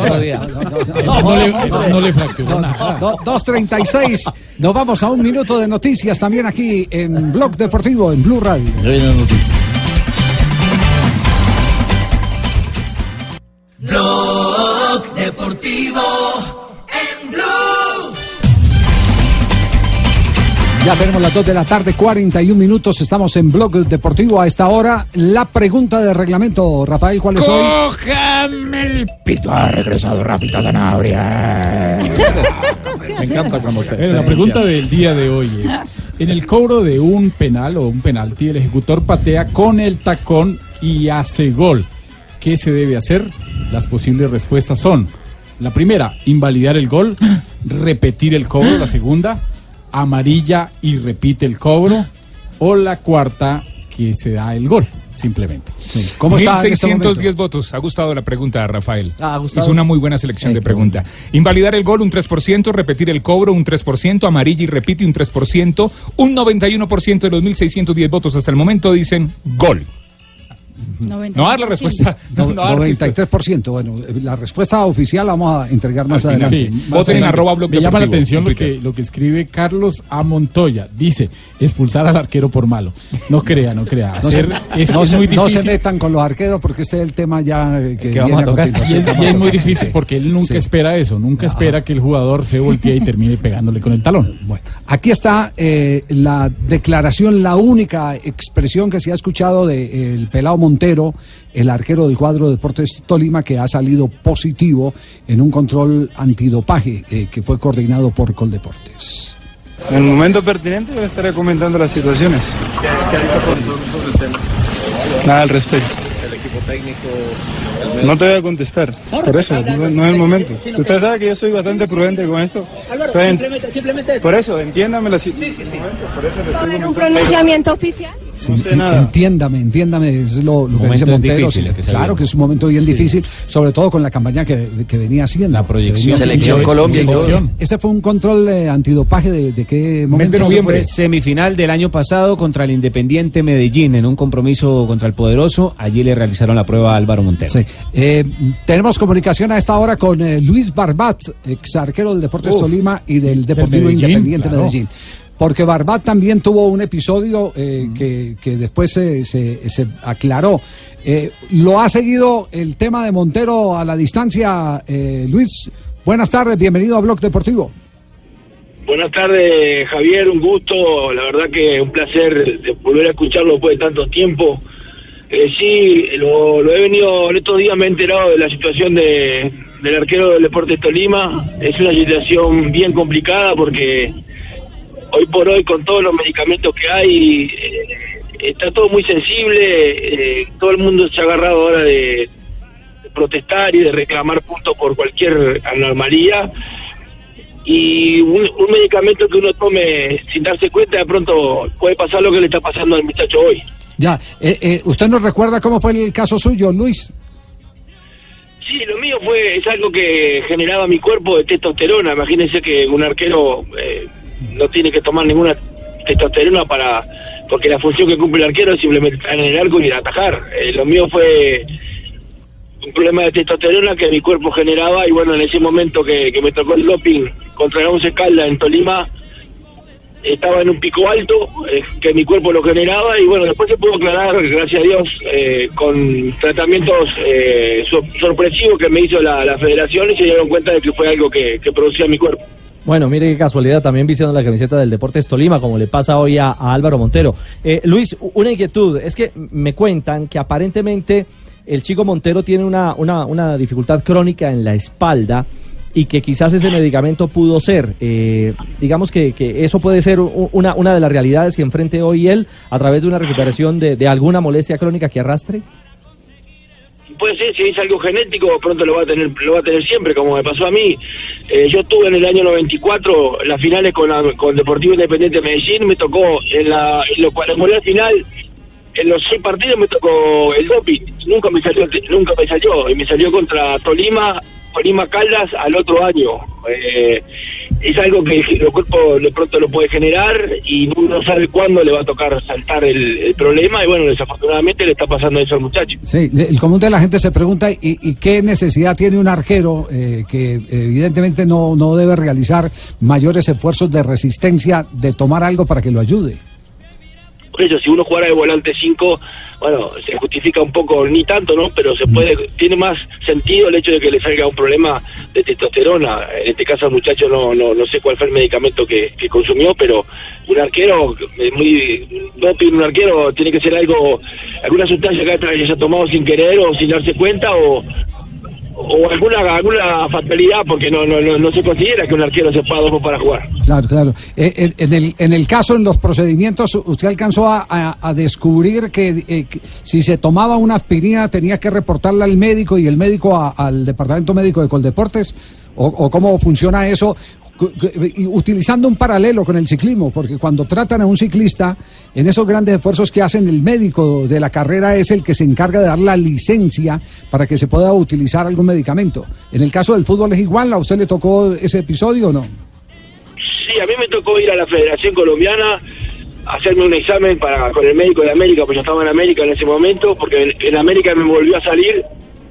le fracturó nada. 2:36. Nos vamos a un minuto de noticias también aquí en Blog Deportivo, en Blue Radio. Blog Deportivo en Blue. Ya tenemos las 2 de la tarde, 41 minutos. Estamos en Blog Deportivo a esta hora. La pregunta de reglamento, Rafael, ¿cuál es hoy? ¡Cójame el pito! Ha regresado Rafita Sanabria. Me encanta cuando te... La pregunta del día de hoy es: en el cobro de un penal o un penalti, el ejecutor patea con el tacón y hace gol. ¿Qué se debe hacer? Las posibles respuestas son: la primera, invalidar el gol; repetir el cobro; la segunda, amarilla y repite el cobro; o la cuarta, que se da el gol, simplemente. Sí. ¿Cómo está? 1.610 votos. Ha gustado la pregunta, Rafael. Ha gustado. Es una muy buena selección de pregunta. Invalidar el gol, un 3%; repetir el cobro, un 3%; amarilla y repite, un 3%. Un 91% de los 1.610 votos hasta el momento dicen gol. No dar la respuesta. No, 93%. Bueno, la respuesta oficial la vamos a entregar más adelante. Sí, voten en @blog. Me llama la atención lo que escribe Carlos A. Montoya. Dice: expulsar al arquero por malo. No crea. No es muy difícil. No se metan con los arqueros, porque este es el tema ya que vamos a tocar. Y es muy difícil porque él nunca espera eso. Nunca espera que el jugador se voltee y termine pegándole con el talón. Bueno, aquí está la declaración, la única expresión que se ha escuchado del pelao Montero, el arquero del cuadro de Deportes Tolima, que ha salido positivo en un control antidopaje que fue coordinado por Coldeportes. En el momento pertinente yo le estaré comentando las situaciones. ¿Qué ha dicho sobre el tema? Nada al respecto. El equipo técnico... No te voy a contestar, por eso, no es el momento. Usted sabe que yo soy bastante prudente con esto. Álvaro, simplemente por eso, entiéndame la situación. ¿Va a haber un pronunciamiento oficial? Sí, no sé nada. Entiéndame, es lo que dice Montero. Claro que es un momento bien difícil, sobre todo con la campaña que venía haciendo. La proyección. Selección Colombia. Este fue un control antidopaje de qué momento. Mes de noviembre, semifinal del año pasado contra el Independiente Medellín, en un compromiso contra el Poderoso. Allí le realizaron la prueba a Álvaro Montero. Sí. Tenemos comunicación a esta hora con Luis Barbat, ex arquero del Deportes Tolima y del Deportivo Medellín, Independiente Medellín. Porque Barbat también tuvo un episodio que después se aclaró. ¿Lo ha seguido el tema de Montero a la distancia, Luis? Buenas tardes, bienvenido a Blog Deportivo. Buenas tardes, Javier, un gusto, la verdad que un placer de volver a escucharlo después de tanto tiempo. Sí, lo he venido, en estos días me he enterado de la situación del arquero del Deportes Tolima. Es una situación bien complicada porque hoy por hoy, con todos los medicamentos que hay, está todo muy sensible. Todo el mundo se ha agarrado ahora de protestar y de reclamar puntos por cualquier anormalía. Y un medicamento que uno tome sin darse cuenta, de pronto puede pasar lo que le está pasando al muchacho hoy. Ya, ¿usted nos recuerda cómo fue el caso suyo, Luis? Sí, lo mío es algo que generaba mi cuerpo de testosterona. Imagínense que un arquero no tiene que tomar ninguna testosterona porque la función que cumple el arquero es simplemente estar en el arco y atajar. Lo mío fue un problema de testosterona que mi cuerpo generaba, y bueno, en ese momento que me tocó el doping contra el Once Caldas en Tolima, estaba en un pico alto que mi cuerpo lo generaba, y bueno, después se pudo aclarar, gracias a Dios, con tratamientos sorpresivos que me hizo la federación, y se dieron cuenta de que fue algo que producía mi cuerpo. Bueno, mire qué casualidad, también vistiendo la camiseta del Deportes Tolima, como le pasa hoy a Álvaro Montero. Luis, una inquietud, es que me cuentan que aparentemente el chico Montero tiene una dificultad crónica en la espalda, y que quizás ese medicamento pudo ser, digamos que eso puede ser una de las realidades que enfrente hoy él a través de una recuperación de alguna molestia crónica que arrastre. puede ser, si es algo genético, pronto lo va a tener siempre, como me pasó a mí. Yo estuve en el año 94 en las finales con Deportivo Independiente Medellín, me tocó cuando volví al final, en los 6 partidos me tocó el doping, nunca me salió, y me salió contra Tolima Caldas al otro año. Es algo que el cuerpo de pronto lo puede generar y uno no sabe cuándo le va a tocar saltar el problema, y bueno, desafortunadamente le está pasando eso al muchacho. Sí, el común de la gente se pregunta ¿y qué necesidad tiene un arquero que evidentemente no debe realizar mayores esfuerzos de resistencia, de tomar algo para que lo ayude? Por eso, si uno jugara de volante 5, bueno, se justifica un poco, ni tanto, ¿no? Pero tiene más sentido el hecho de que le salga un problema de testosterona. En este caso el muchacho no sé cuál fue el medicamento que consumió, pero un arquero, doping, un arquero tiene que ser alguna sustancia que haya tomado sin querer o sin darse cuenta, o alguna fatalidad, porque no se considera que un arquero se pueda dopar para jugar. Claro. En el caso, en los procedimientos, ¿usted alcanzó a descubrir que si se tomaba una aspirina tenía que reportarla al médico y el médico al departamento médico de Coldeportes? ¿O cómo funciona eso? Utilizando un paralelo con el ciclismo, porque cuando tratan a un ciclista, en esos grandes esfuerzos que hacen, el médico de la carrera es el que se encarga de dar la licencia para que se pueda utilizar algún medicamento. En el caso del fútbol es igual, ¿a usted le tocó ese episodio o no? Sí, a mí me tocó ir a la Federación Colombiana a hacerme un examen con el médico de América, pues yo estaba en América en ese momento, porque en América me volvió a salir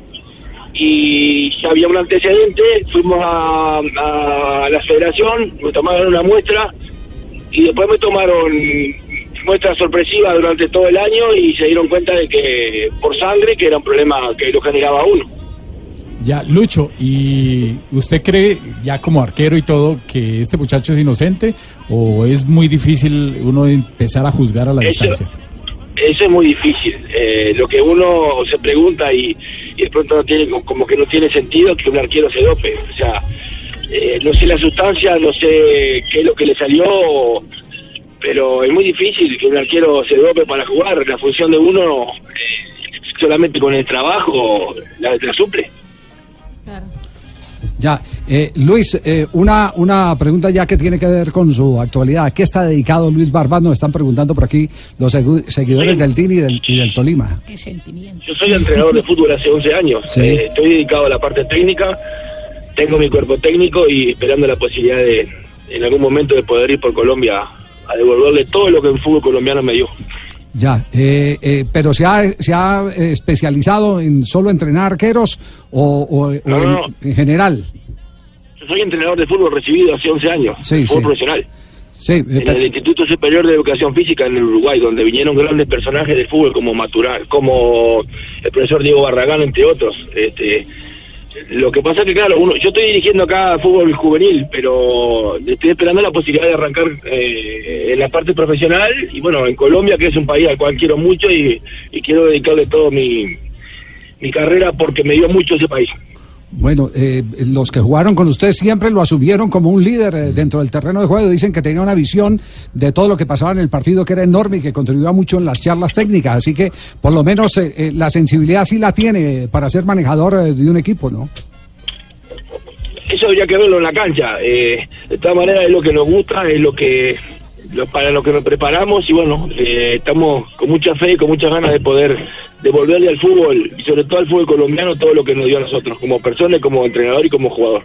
y ya había un antecedente. Fuimos a la federación, me tomaron una muestra y después me tomaron muestras sorpresivas durante todo el año y se dieron cuenta de que por sangre, que era un problema que lo generaba uno. Ya, Lucho, ¿y usted cree, ya como arquero y todo, que este muchacho es inocente o es muy difícil uno empezar a juzgar a la distancia? Eso es muy difícil. Lo que uno se pregunta y de pronto no tiene sentido que un arquero se dope. O sea, no sé la sustancia, no sé qué es lo que le salió, pero es muy difícil que un arquero se dope para jugar. La función de uno solamente con el trabajo la suple. Claro. Ya, Luis, una pregunta ya que tiene que ver con su actualidad. ¿A qué está dedicado Luis Barbat? Nos están preguntando por aquí los seguidores del TIN y del Tolima. Qué sentimiento. Yo soy entrenador de fútbol hace 11 años. Sí. Estoy dedicado a la parte técnica, tengo mi cuerpo técnico y esperando la posibilidad en algún momento de poder ir por Colombia a devolverle todo lo que el fútbol colombiano me dio. Ya, pero ¿se ha especializado en solo entrenar arqueros o en general? Yo soy entrenador de fútbol recibido hace 11 años, fútbol profesional. Sí, en el Instituto Superior de Educación Física en el Uruguay, donde vinieron grandes personajes del fútbol como Maturana, como el profesor Diego Barragán, entre otros. Lo que pasa es que, claro, yo estoy dirigiendo acá fútbol juvenil, pero estoy esperando la posibilidad de arrancar en la parte profesional, y bueno, en Colombia, que es un país al cual quiero mucho y quiero dedicarle todo mi carrera porque me dio mucho ese país. Bueno, los que jugaron con usted siempre lo asumieron como un líder dentro del terreno de juego. Dicen que tenía una visión de todo lo que pasaba en el partido que era enorme y que contribuía mucho en las charlas técnicas. Así que, por lo menos, la sensibilidad sí la tiene para ser manejador de un equipo, ¿no? Eso habría que verlo en la cancha. De todas maneras, es lo que nos gusta, es para lo que nos preparamos y bueno, estamos con mucha fe y con muchas ganas de poder devolverle al fútbol y sobre todo al fútbol colombiano todo lo que nos dio a nosotros como persona, como entrenador y como jugador.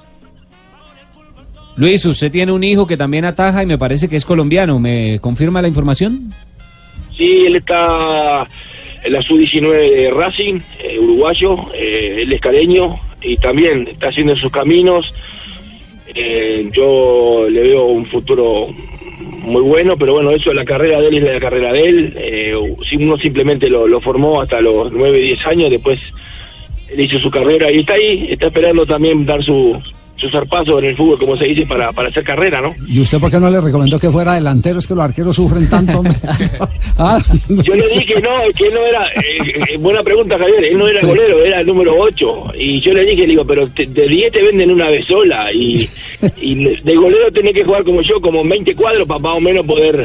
Luis, usted tiene un hijo que también ataja y me parece que es colombiano. ¿Me confirma la información? Sí, él está en la sub-19 de Racing, uruguayo, él es caleño y también está haciendo sus caminos. Yo le veo un futuro muy bueno, pero bueno, eso, la carrera de él es la carrera de él. Uno simplemente lo formó hasta los 9, 10 años, después él hizo su carrera y está ahí, está esperando también dar su zarpazo en el fútbol, como se dice, para hacer carrera, ¿no? ¿Y usted por qué no le recomendó que fuera delantero? Es que los arqueros sufren tanto. Yo le dije que no era, buena pregunta, Javier, él no era golero, era el número 8, y yo le digo, pero de 10 te venden una vez sola, y de golero tenés que jugar como yo, como 20 cuadros para más o menos poder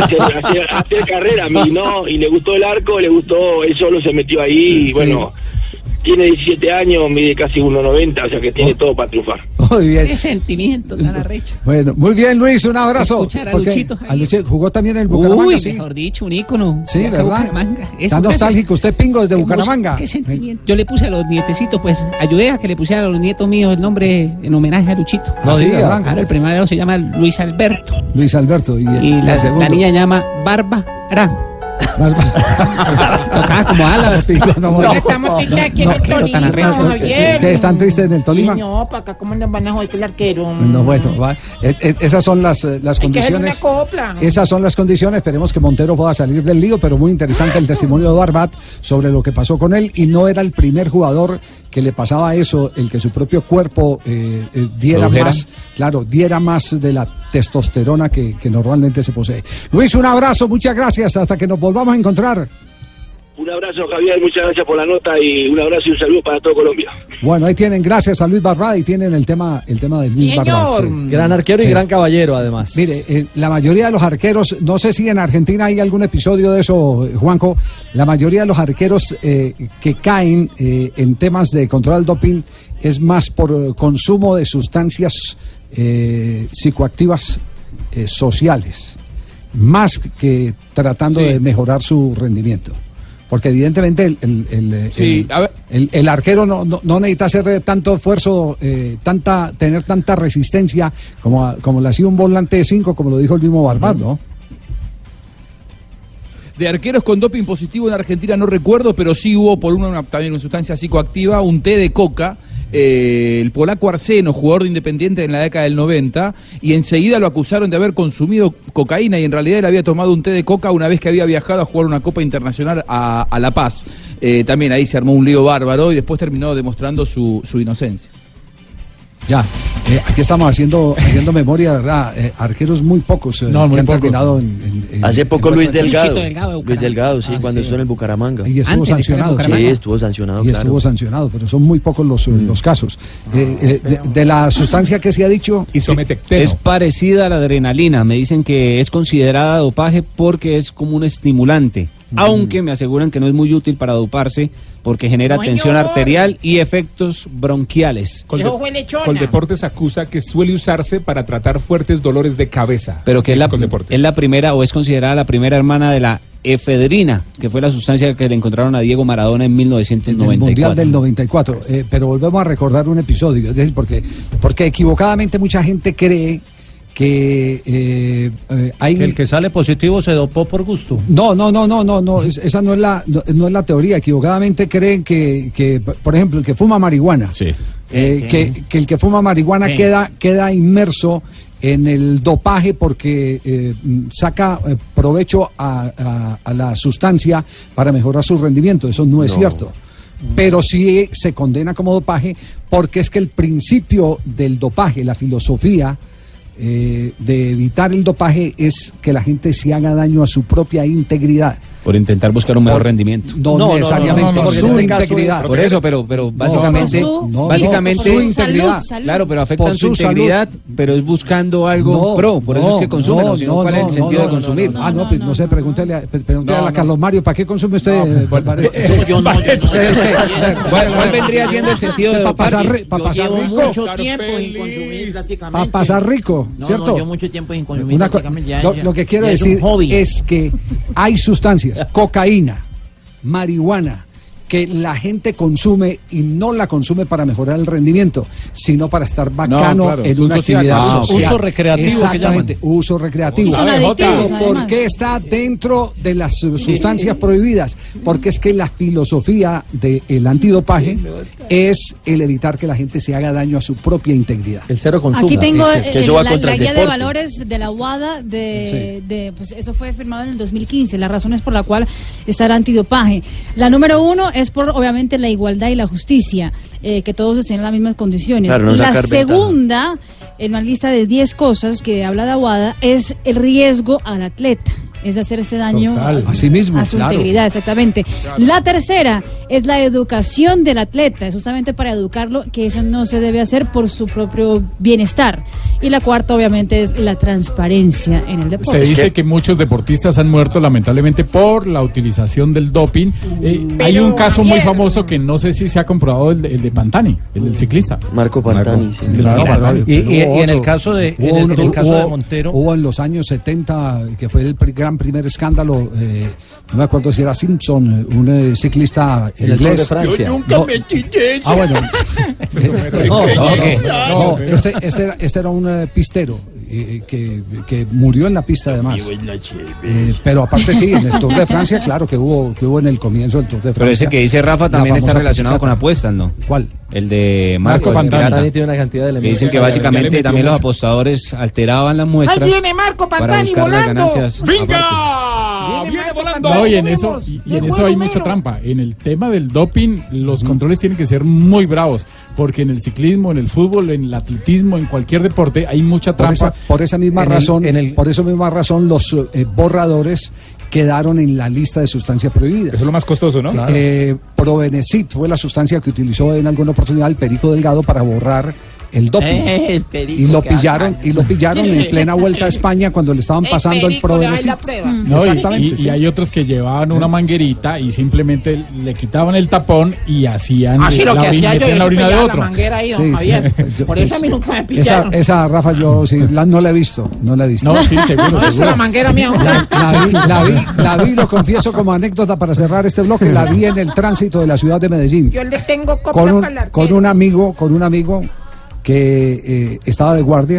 hacer carrera, a mí no, y le gustó el arco, él solo se metió ahí, y bueno, tiene 17 años, mide casi 1.90, o sea que tiene todo para triunfar. Muy bien. Qué sentimiento tan arrecho. Bueno, muy bien, Luis, un abrazo. Escuchar a Porque Luchito, a Luchito jugó también en el Bucaramanga, Uy, sí. mejor dicho, un ícono. Sí, De acá, ¿verdad? Bucaramanga. Está nostálgico, usted pingo desde Bucaramanga. Qué sentimiento. Yo le puse a los nietecitos, pues, ayudé a que le pusieran a los nietos míos el nombre en homenaje a Luchito. No diga, ¿verdad? Claro, el primero se llama Luis Alberto. Luis Alberto. Y la segundo. niña se llama Bárbara. Tocaba como ala. No, estamos tristes aquí en el pero tan Tolima, arrecho. Javier. ¿Qué están tristes en el Tolima? No, para acá, ¿cómo nos van a joder con el arquero? No, bueno, esas son las Hay que hacer condiciones. una copla. Esas son las condiciones. Esperemos que Montero pueda salir del lío, pero muy interesante el testimonio de Barbat sobre lo que pasó con él. Y no era el primer jugador que le pasaba eso, el que su propio cuerpo diera ¿Produjera? más, claro, diera más de la testosterona que normalmente se posee. Luis, un abrazo, muchas gracias. Hasta que nos volvamos a encontrar. Un abrazo, Javier, muchas gracias por la nota y un abrazo y un saludo para todo Colombia. Bueno, ahí tienen, gracias a Luis Barbat, y tienen el tema de Luis Barbat. Sí. Gran arquero y gran caballero, además. Mire, la mayoría de los arqueros, no sé si en Argentina hay algún episodio de eso, Juanjo, la mayoría de los arqueros que caen en temas de control del doping es más por consumo de sustancias psicoactivas sociales, más que tratando de mejorar su rendimiento. Porque evidentemente el arquero no necesita hacer tanto esfuerzo, tener tanta resistencia como le hacía un volante de 5, como lo dijo el mismo Barbat, ¿no? De arqueros con doping positivo en Argentina no recuerdo, pero sí hubo por también una sustancia psicoactiva, un té de coca. El polaco Arseno, jugador de Independiente en la década del 90, y enseguida lo acusaron de haber consumido cocaína, y en realidad él había tomado un té de coca una vez que había viajado a jugar una Copa Internacional a La Paz. También ahí se armó un lío bárbaro y después terminó demostrando su inocencia. Ya, aquí estamos haciendo memoria, ¿verdad? Arqueros muy pocos muy que han pocos. terminado Hace poco Luis Delgado. Luis Delgado, sí, cuando estuvo en el Bucaramanga. Y estuvo sancionado. Sí, estuvo sancionado, Y claro. estuvo sancionado, pero son muy pocos los casos. De la sustancia que se ha dicho... Es parecida a la adrenalina. Me dicen que es considerada dopaje porque es como un estimulante. Aunque me aseguran que no es muy útil para doparse porque genera tensión arterial y efectos bronquiales. Coldeportes acusa que suele usarse para tratar fuertes dolores de cabeza. Pero que es la primera, o es considerada la primera hermana de la efedrina, que fue la sustancia que le encontraron a Diego Maradona en 1994. En el Mundial del 94. Pero volvemos a recordar un episodio, es decir, porque equivocadamente mucha gente cree que hay... Que el que sale positivo se dopó por gusto. No, esa no es la teoría. Equivocadamente creen que por ejemplo, el que fuma marihuana, que el que fuma marihuana queda inmerso en el dopaje porque saca provecho a la sustancia para mejorar su rendimiento. Eso no es cierto. Pero sí se condena como dopaje porque es que el principio del dopaje, la filosofía de evitar el dopaje es que la gente se haga daño a su propia integridad. Por intentar buscar un mejor rendimiento. No necesariamente, por su integridad. Por eso, pero básicamente, su integridad. Salud. Claro, pero afectan Por su integridad, pero es buscando algo por eso es que consumen, sino cuál es el sentido de consumir. Pues no sé, pregúntele a Carlos Mario, ¿para qué consume usted? Yo no. ¿Cuál vendría siendo el sentido de para pasar rico? Mucho tiempo sin consumir prácticamente. Para pasar rico, ¿cierto? No, yo mucho tiempo sin consumir prácticamente. Lo que quiero decir es que hay sustancias, cocaína, marihuana, que la gente consume y no la consume para mejorar el rendimiento, sino para estar bacano en una actividad social. Uso recreativo. Exactamente, uso recreativo. Son adictivos, ¿Por qué está dentro de las sustancias prohibidas? Porque es que la filosofía del antidopaje es el evitar que la gente se haga daño a su propia integridad. El cero consumo. Aquí tengo la guía de valores de la UADA, pues eso fue firmado en el 2015, las razones por la cual está el antidopaje. La número 1 es por, obviamente, la igualdad y la justicia, que todos estén en las mismas condiciones. Claro, no la segunda, en una lista de 10 cosas que habla de UADA, es el riesgo al atleta. es hacerse daño a sí mismo, a su integridad, exactamente. La tercera es la educación del atleta, es justamente para educarlo que eso no se debe hacer por su propio bienestar. Y la cuarta, obviamente, es la transparencia en el deporte. Se dice que muchos deportistas han muerto lamentablemente por la utilización del doping. Hay un caso muy famoso que no sé si se ha comprobado, el de Pantani, el del ciclista. Marco Pantani. Y en el caso de Montero. Hubo en los años 70, que fue el primer escándalo, no me acuerdo si era Simpson, un ciclista en inglés. De Francia. Yo nunca me quité eso. Bueno. Este era un pistero que murió en la pista además. Pero aparte sí, en el Tour de Francia, claro que hubo en el comienzo del Tour de Francia. Pero ese que dice Rafa también está relacionado con apuestas, ¿no? ¿Cuál? El de Marco Pantani. Tiene una cantidad de elementos. Que dicen que básicamente también los apostadores alteraban las muestras. Ahí viene Marco Pantani para buscar volando. las ganancias. ¡Venga! ¡Viene volando! No, y en eso hay mucha trampa. En el tema del doping, los controles tienen que ser muy bravos, porque en el ciclismo, en el fútbol, en el atletismo, en cualquier deporte hay mucha trampa. Por esa misma razón, los borradores quedaron en la lista de sustancias prohibidas. Eso es lo más costoso, ¿no? Claro. Probenecid fue la sustancia que utilizó en alguna oportunidad el Perico Delgado para borrar el doping. Y lo pillaron en plena vuelta a España cuando le estaban pasando el Probenecid. Exactamente. Y hay otros que llevaban una manguerita y simplemente le quitaban el tapón y hacían lo que hacía yo, la orina de otro. La manguera ahí, don Javier. Por eso a mí nunca me pillaron. Esa Rafa, yo sí, no la he visto. No, sí, seguro. Es la manguera mía. La vi, lo confieso como anécdota para cerrar este bloque, la vi en el tránsito de la ciudad de Medellín. Yo le tengo copia para con un amigo que estaba de guardia.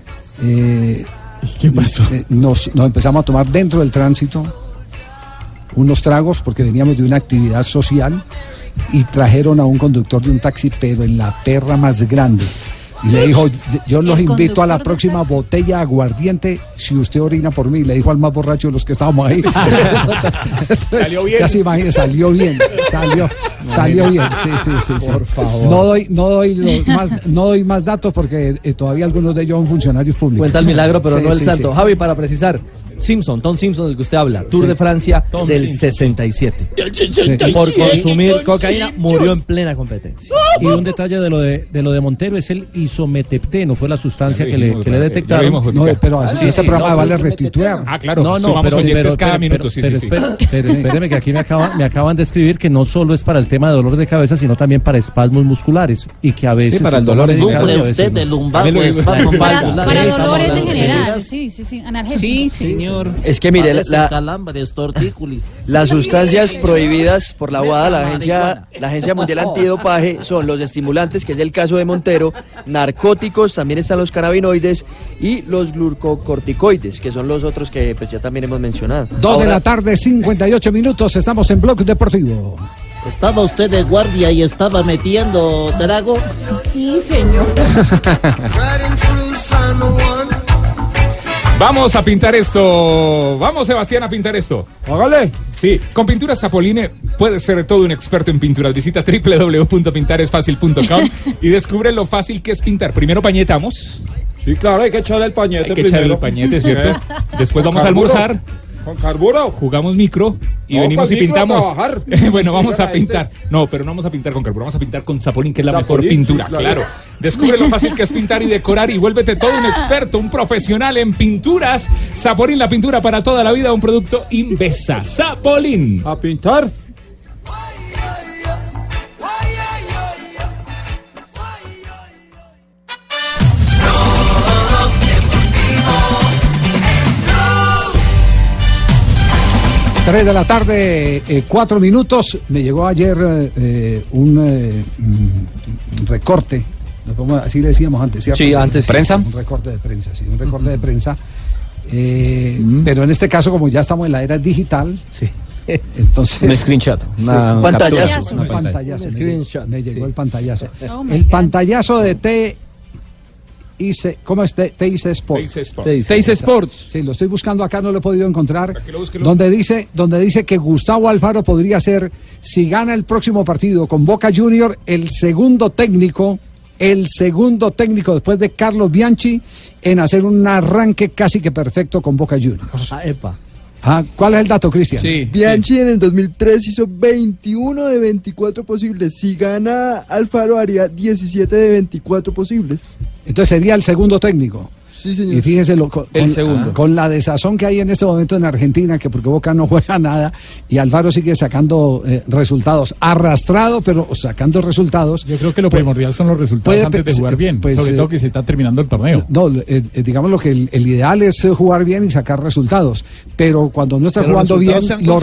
¿Qué pasó? Nos empezamos a tomar dentro del tránsito unos tragos porque veníamos de una actividad social y trajeron a un conductor de un taxi, pero en la perra más grande. Y le dijo, yo los invito a la próxima botella aguardiente si usted orina por mí. Le dijo al más borracho de los que estábamos ahí. Salió bien. Ya se imagina, salió bien. Sí. Por favor. No doy más datos porque todavía algunos de ellos son funcionarios públicos. Cuenta el milagro, pero no el santo. Sí. Javi, para precisar, Tom Simpson, del que usted habla, Tour de Francia del 67. Por consumir cocaína, murió en plena competencia. Y un detalle de lo de Montero es el isometepteno, fue la sustancia que le detectaron. No, pero así este programa vale retuitear. Claro. Pero cada minuto. Pero espéreme que aquí me acaban de escribir que no solo es para el tema de dolor de cabeza, sino también para espasmos musculares y que a veces para el dolor sufre usted de lumbago, para dolores en general. Sí, analgésicos. Sí, señor. Es que mire, calambres, tortícolis. las sustancias prohibidas por la WADA, la Agencia Mundial Antidopaje, son los estimulantes, que es el caso de Montero, narcóticos, también están los cannabinoides y los glucocorticoides, que son los otros que pues ya también hemos mencionado. 2 de la tarde, 58 minutos, estamos en Blog Deportivo. ¿Estaba usted de guardia y estaba metiendo trago? Sí, señor. Vamos a pintar esto. Vamos, Sebastián, a pintar esto. Hágale. Sí, con Pinturas Zapoline puedes ser todo un experto en pinturas. Visita www.pintaresfacil.com y descubre lo fácil que es pintar. Primero pañetamos. Sí, claro, hay que echarle el pañete. Hay que echarle el pañete, ¿cierto? Después vamos a almorzar. Con carburo. Jugamos micro y venimos y pintamos. Bueno, vamos a pintar. No, pero no vamos a pintar con carburo, vamos a pintar con Zapolín, que es la mejor pintura, sí, claro. Descubre lo fácil que es pintar y decorar y vuélvete todo un experto, un profesional en pinturas. Zapolín, la pintura para toda la vida, un producto Invesa. Zapolín. A pintar. Tres de la tarde, 4 minutos. Me llegó ayer un recorte, así le decíamos antes, ¿cierto? Sí, antes. ¿Prensa? Un recorte de prensa, sí, un recorte de prensa. Pero en este caso, como ya estamos en la era digital, sí. Entonces, un screenshot, un pantallazo. Un pantallazo. Me llegó el pantallazo. Oh, el pantallazo de ¿cómo es? TIC Sports. TIC Sports. Sí, lo estoy buscando acá, no lo he podido encontrar. Donde dice que Gustavo Alfaro podría ser, si gana el próximo partido con Boca Junior, el segundo técnico después de Carlos Bianchi en hacer un arranque casi que perfecto con Boca Juniors. Epa. ¿Cuál es el dato, Cristian? Sí, Bianchi en el 2003 hizo 21 de 24 posibles. Si gana Alfaro haría 17 de 24 posibles. Entonces sería el segundo técnico. Sí, señor. Y fíjese el segundo. Con la desazón que hay en este momento en Argentina, que porque Boca no juega nada y Alfaro sigue sacando resultados, arrastrado, pero sacando resultados. Yo creo que lo primordial son los resultados antes de jugar bien, sobre todo que se está terminando el torneo. No, digamos lo que el ideal es jugar bien y sacar resultados, pero cuando no estás jugando bien, los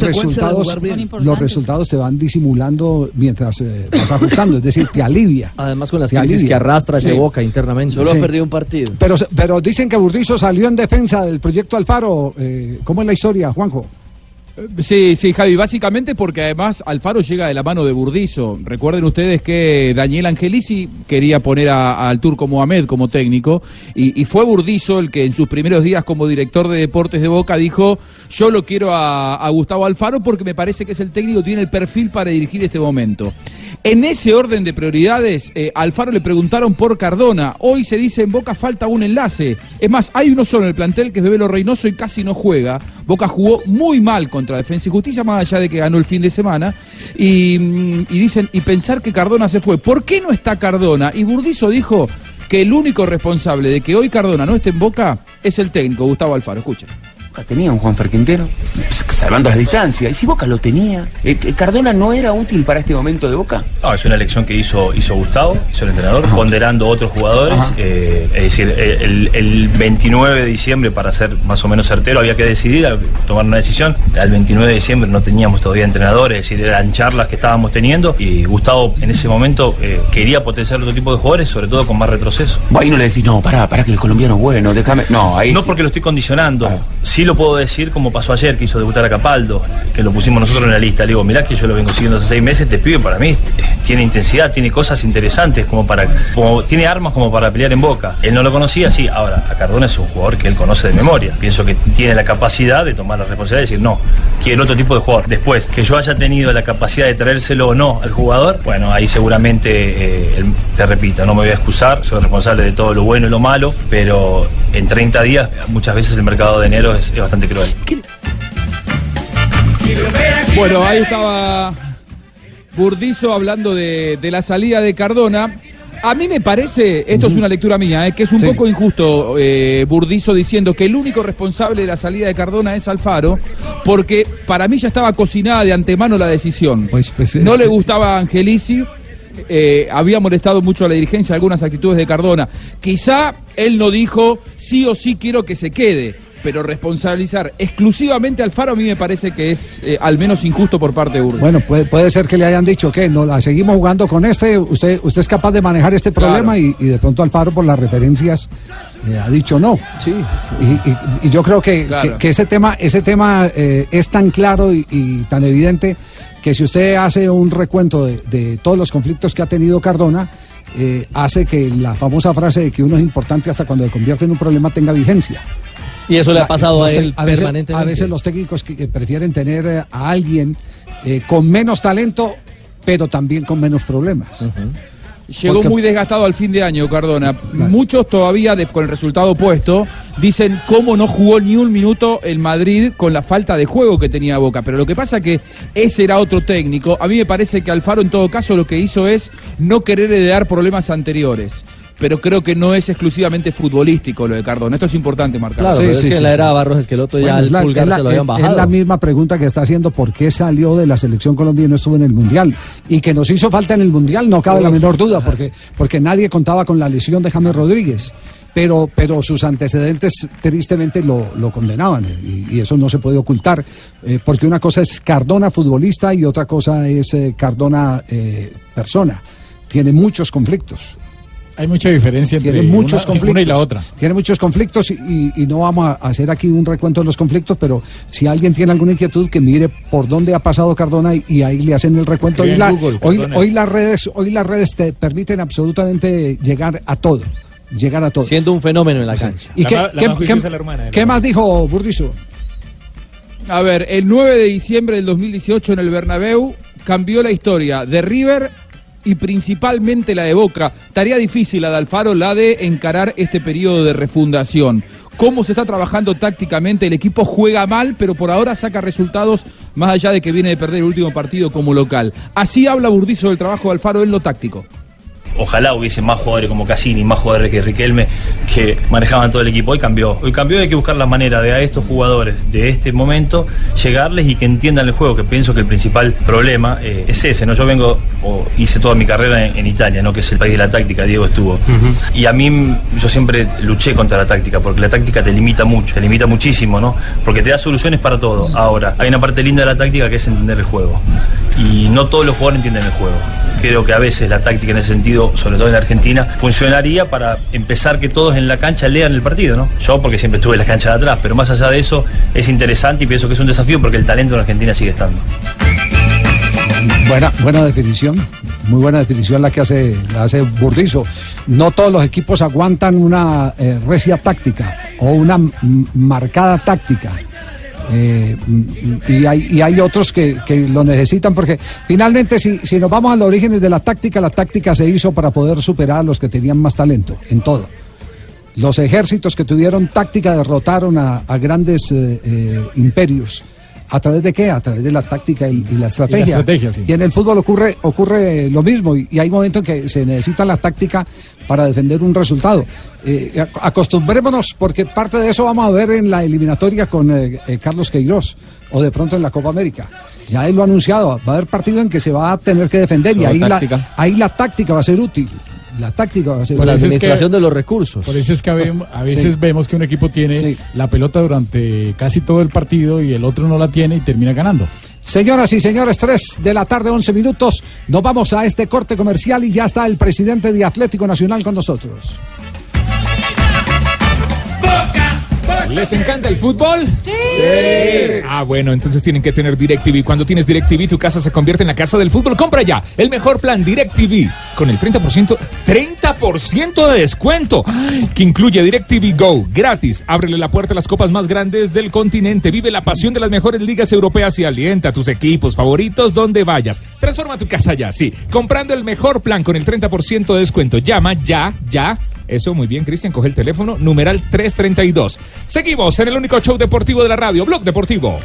resultados te van disimulando mientras vas ajustando, es decir, te alivia. Además con las crisis que arrastra ese Boca internamente. Solo ha perdido un partido. Pero dicen que Burdizo salió en defensa del proyecto Alfaro. ¿Cómo es la historia, Juanjo? Sí, Javi, básicamente porque además Alfaro llega de la mano de Burdizo. Recuerden ustedes que Daniel Angelici quería poner al Turco Mohamed como técnico y fue Burdizo el que en sus primeros días como director de deportes de Boca dijo: yo lo quiero a Gustavo Alfaro porque me parece que es el técnico que tiene el perfil para dirigir este momento. En ese orden de prioridades, a Alfaro le preguntaron por Cardona. Hoy se dice en Boca falta un enlace. Es más, hay uno solo en el plantel que es Bebelo Reynoso y casi no juega. Boca jugó muy mal contra Defensa y Justicia, más allá de que ganó el fin de semana. Y dicen, y pensar que Cardona se fue. ¿Por qué no está Cardona? Y Burdizo dijo que el único responsable de que hoy Cardona no esté en Boca es el técnico, Gustavo Alfaro. Escuchen. Tenía un Juanfer Quintero, salvando las distancias. Y si Boca lo tenía, ¿Cardona no era útil para este momento de Boca? No, es una elección que hizo Gustavo, hizo el entrenador, ponderando otros jugadores. Es decir, el 29 de diciembre, para ser más o menos certero, había que decidir, tomar una decisión. Al 29 de diciembre no teníamos todavía entrenadores, es decir, eran charlas que estábamos teniendo y Gustavo en ese momento quería potenciar otro tipo de jugadores, sobre todo con más retroceso. Vos ahí no le decís, no, pará que el colombiano es bueno, déjame. No, ahí. No, porque lo estoy condicionando. Sí lo puedo decir, como pasó ayer, que hizo debutar a Capaldo, que lo pusimos nosotros en la lista. Le digo, mirá que yo lo vengo siguiendo hace 6 meses, este pibe para mí tiene intensidad, tiene cosas interesantes, tiene armas como para pelear en Boca. Él no lo conocía, sí. Ahora, a Cardona es un jugador que él conoce de memoria. Pienso que tiene la capacidad de tomar la responsabilidad y decir, no, quiero otro tipo de jugador. Después, que yo haya tenido la capacidad de traérselo o no al jugador, bueno, ahí seguramente, te repito, no me voy a excusar, soy responsable de todo lo bueno y lo malo, pero en 30 días, muchas veces el mercado de enero es bastante cruel. Bueno, ahí estaba Burdizo hablando de la salida de Cardona. A mí me parece, esto es una lectura mía, que es un poco injusto Burdizo diciendo que el único responsable de la salida de Cardona es Alfaro, porque para mí ya estaba cocinada de antemano la decisión. No le gustaba a Angelici. Había molestado mucho a la dirigencia algunas actitudes de Cardona. Quizá él no dijo sí o sí quiero que se quede, pero responsabilizar exclusivamente a Alfaro a mí me parece que es al menos injusto por parte de Burdizo. Bueno, puede ser que le hayan dicho que no la seguimos jugando con usted es capaz de manejar este problema, claro. y de pronto Alfaro por las referencias ha dicho no. Sí. Y yo creo que ese tema es tan claro y tan evidente que si usted hace un recuento de todos los conflictos que ha tenido Cardona, hace que la famosa frase de que uno es importante hasta cuando se convierte en un problema tenga vigencia. Y eso le ha pasado a él permanentemente. A veces los técnicos que prefieren tener a alguien con menos talento, pero también con menos problemas. Llegó muy desgastado al fin de año Cardona. Muchos todavía con el resultado opuesto dicen cómo no jugó ni un minuto el Madrid con la falta de juego que tenía Boca. Pero lo que pasa que ese era otro técnico. A mí me parece que Alfaro en todo caso lo que hizo es no querer heredar problemas anteriores. Pero creo que no es exclusivamente futbolístico lo de Cardona. Esto es importante marcar. Claro, es que en la era Barros Esqueloto ya el pulgar se lo habían bajado. Es la misma pregunta que está haciendo por qué salió de la selección Colombia y no estuvo en el Mundial. Y que nos hizo falta en el Mundial, no cabe la menor duda, porque nadie contaba con la lesión de James Rodríguez. Pero sus antecedentes tristemente lo condenaban y eso no se puede ocultar, porque una cosa es Cardona futbolista y otra cosa es Cardona persona. Tiene muchos conflictos. Hay mucha diferencia entre una y la otra. Tiene muchos conflictos y no vamos a hacer aquí un recuento de los conflictos, pero si alguien tiene alguna inquietud que mire por dónde ha pasado Cardona y ahí le hacen el recuento. Hoy las redes te permiten absolutamente llegar a todo. Siendo un fenómeno en la cancha. ¿Y qué más dijo Burdizo? A ver, el 9 de diciembre del 2018 en el Bernabéu cambió la historia de River y principalmente la de Boca. Tarea difícil la de Alfaro, la de encarar este periodo de refundación. cómo se está trabajando tácticamente. El equipo juega mal, pero por ahora saca resultados más allá de que viene de perder el último partido como local. Así habla Burdizo del trabajo de Alfaro en lo táctico. Ojalá hubiese más jugadores como Cassini, más jugadores que Riquelme, que manejaban todo el equipo. Hoy cambió, hay que buscar la manera de a estos jugadores de este momento llegarles y que entiendan el juego, que pienso que el principal problema es ese, ¿no? Yo hice toda mi carrera en Italia, ¿no? Que es el país de la táctica, Diego estuvo. Y a mí, yo siempre luché contra la táctica, porque la táctica te limita mucho, te limita muchísimo, ¿no? Porque te da soluciones para todo. Ahora, hay una parte linda de la táctica que es entender el juego. Y no todos los jugadores entienden el juego. Creo que a veces la táctica en ese sentido, sobre todo en Argentina, funcionaría para empezar que todos en la cancha lean el partido, ¿no? Yo porque siempre estuve en la cancha de atrás, pero más allá de eso es interesante y pienso que es un desafío porque el talento en Argentina sigue estando. Buena definición, muy buena definición la hace Burdizo. No todos los equipos aguantan una recia táctica o una marcada táctica. Y hay otros que lo necesitan, porque finalmente si nos vamos a los orígenes de la táctica se hizo para poder superar a los que tenían más talento en todo. Los ejércitos que tuvieron táctica derrotaron a grandes imperios. ¿A través de qué? A través de la táctica y la estrategia. Sí. Y en el fútbol ocurre lo mismo, y hay momentos en que se necesita la táctica para defender un resultado. Acostumbrémonos, porque parte de eso vamos a ver en la eliminatoria con Carlos Queiroz, o de pronto en la Copa América. Ya él lo ha anunciado, va a haber partido en que se va a tener que defender, y ahí la táctica va a ser útil. La táctica va a ser la administración de los recursos. Por eso es que a veces vemos que un equipo tiene la pelota durante casi todo el partido y el otro no la tiene y termina ganando. Señoras y señores, 3 de la tarde, 11 minutos. Nos vamos a este corte comercial y ya está el presidente de Atlético Nacional con nosotros. ¿Les encanta el fútbol? ¡Sí! Ah, bueno, entonces tienen que tener DirecTV. Cuando tienes DirecTV, tu casa se convierte en la casa del fútbol. Compra ya el mejor plan DirecTV con el 30% de descuento, que incluye DirecTV Go, gratis. Ábrele la puerta a las copas más grandes del continente. Vive la pasión de las mejores ligas europeas y alienta a tus equipos favoritos donde vayas. Transforma tu casa ya, sí, comprando el mejor plan con el 30% de descuento. Llama ya. Eso, muy bien, Cristian, coge el teléfono, numeral 332. Seguimos en el único show deportivo de la radio, Blog Deportivo.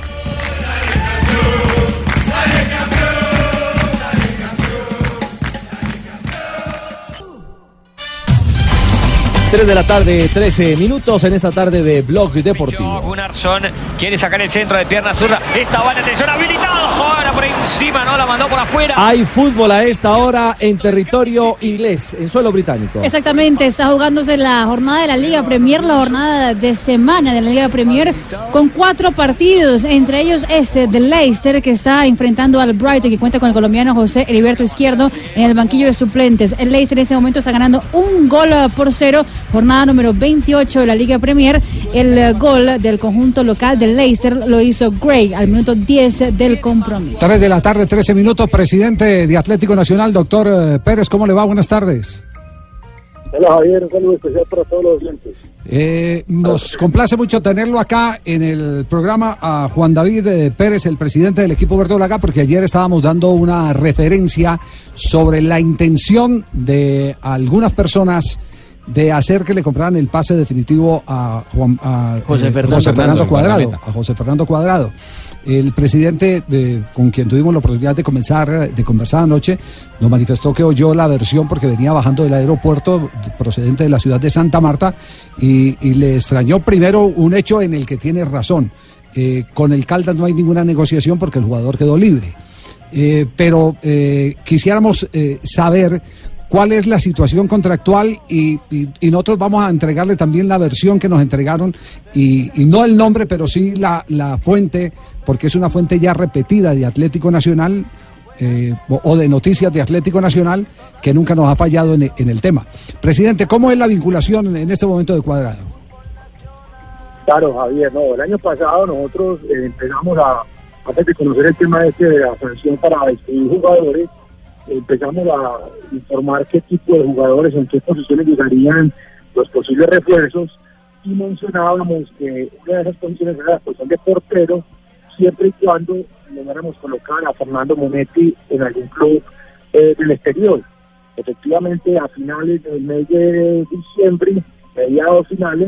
3 de la tarde, 13 minutos en esta tarde de Blog Deportivo. Gunnarsson quiere sacar el centro de pierna zurda. Esta va la atención, habilitado. Ahora por encima, no la mandó por afuera. Hay fútbol a esta hora en territorio inglés, en suelo británico. Exactamente, está jugándose la jornada de la Liga Premier, la jornada de semana de la Liga Premier, con 4 partidos, entre ellos este del Leicester, que está enfrentando al Brighton, que cuenta con el colombiano José Heriberto Izquierdo en el banquillo de suplentes. El Leicester en este momento está ganando 1-0, jornada número 28 de la Liga Premier. El gol del conjunto local del Leicester lo hizo Gray al minuto 10 del compromiso. 3 de la tarde, 13 minutos, presidente de Atlético Nacional, doctor Pérez, ¿cómo le va? Buenas tardes. Hola Javier, un saludo especial para todos los oyentes. Nos complace mucho tenerlo acá en el programa a Juan David Pérez, el presidente del equipo verdolaga, porque ayer estábamos dando una referencia sobre la intención de algunas personas de hacer que le compraran el pase definitivo a José Fernando Cuadrado. El presidente, con quien tuvimos la oportunidad de conversar anoche, nos manifestó que oyó la versión porque venía bajando del aeropuerto procedente de la ciudad de Santa Marta y le extrañó primero un hecho en el que tiene razón. Con el Caldas no hay ninguna negociación porque el jugador quedó libre. Pero quisiéramos saber cuál es la situación contractual y nosotros vamos a entregarle también la versión que nos entregaron y no el nombre, pero sí la fuente, porque es una fuente ya repetida de Atlético Nacional o de noticias de Atlético Nacional que nunca nos ha fallado en el tema. Presidente, ¿cómo es la vinculación en este momento de Cuadrado? Claro, Javier, el año pasado nosotros empezamos antes de conocer el tema de la sanción para despedir jugadores, empezamos a informar qué tipo de jugadores, en qué posiciones llegarían los posibles refuerzos, y mencionábamos que una de esas posiciones era la posición de portero, siempre y cuando lográramos colocar a Fernando Monetti en algún club del exterior. Efectivamente, a finales del mes de diciembre, mediados finales,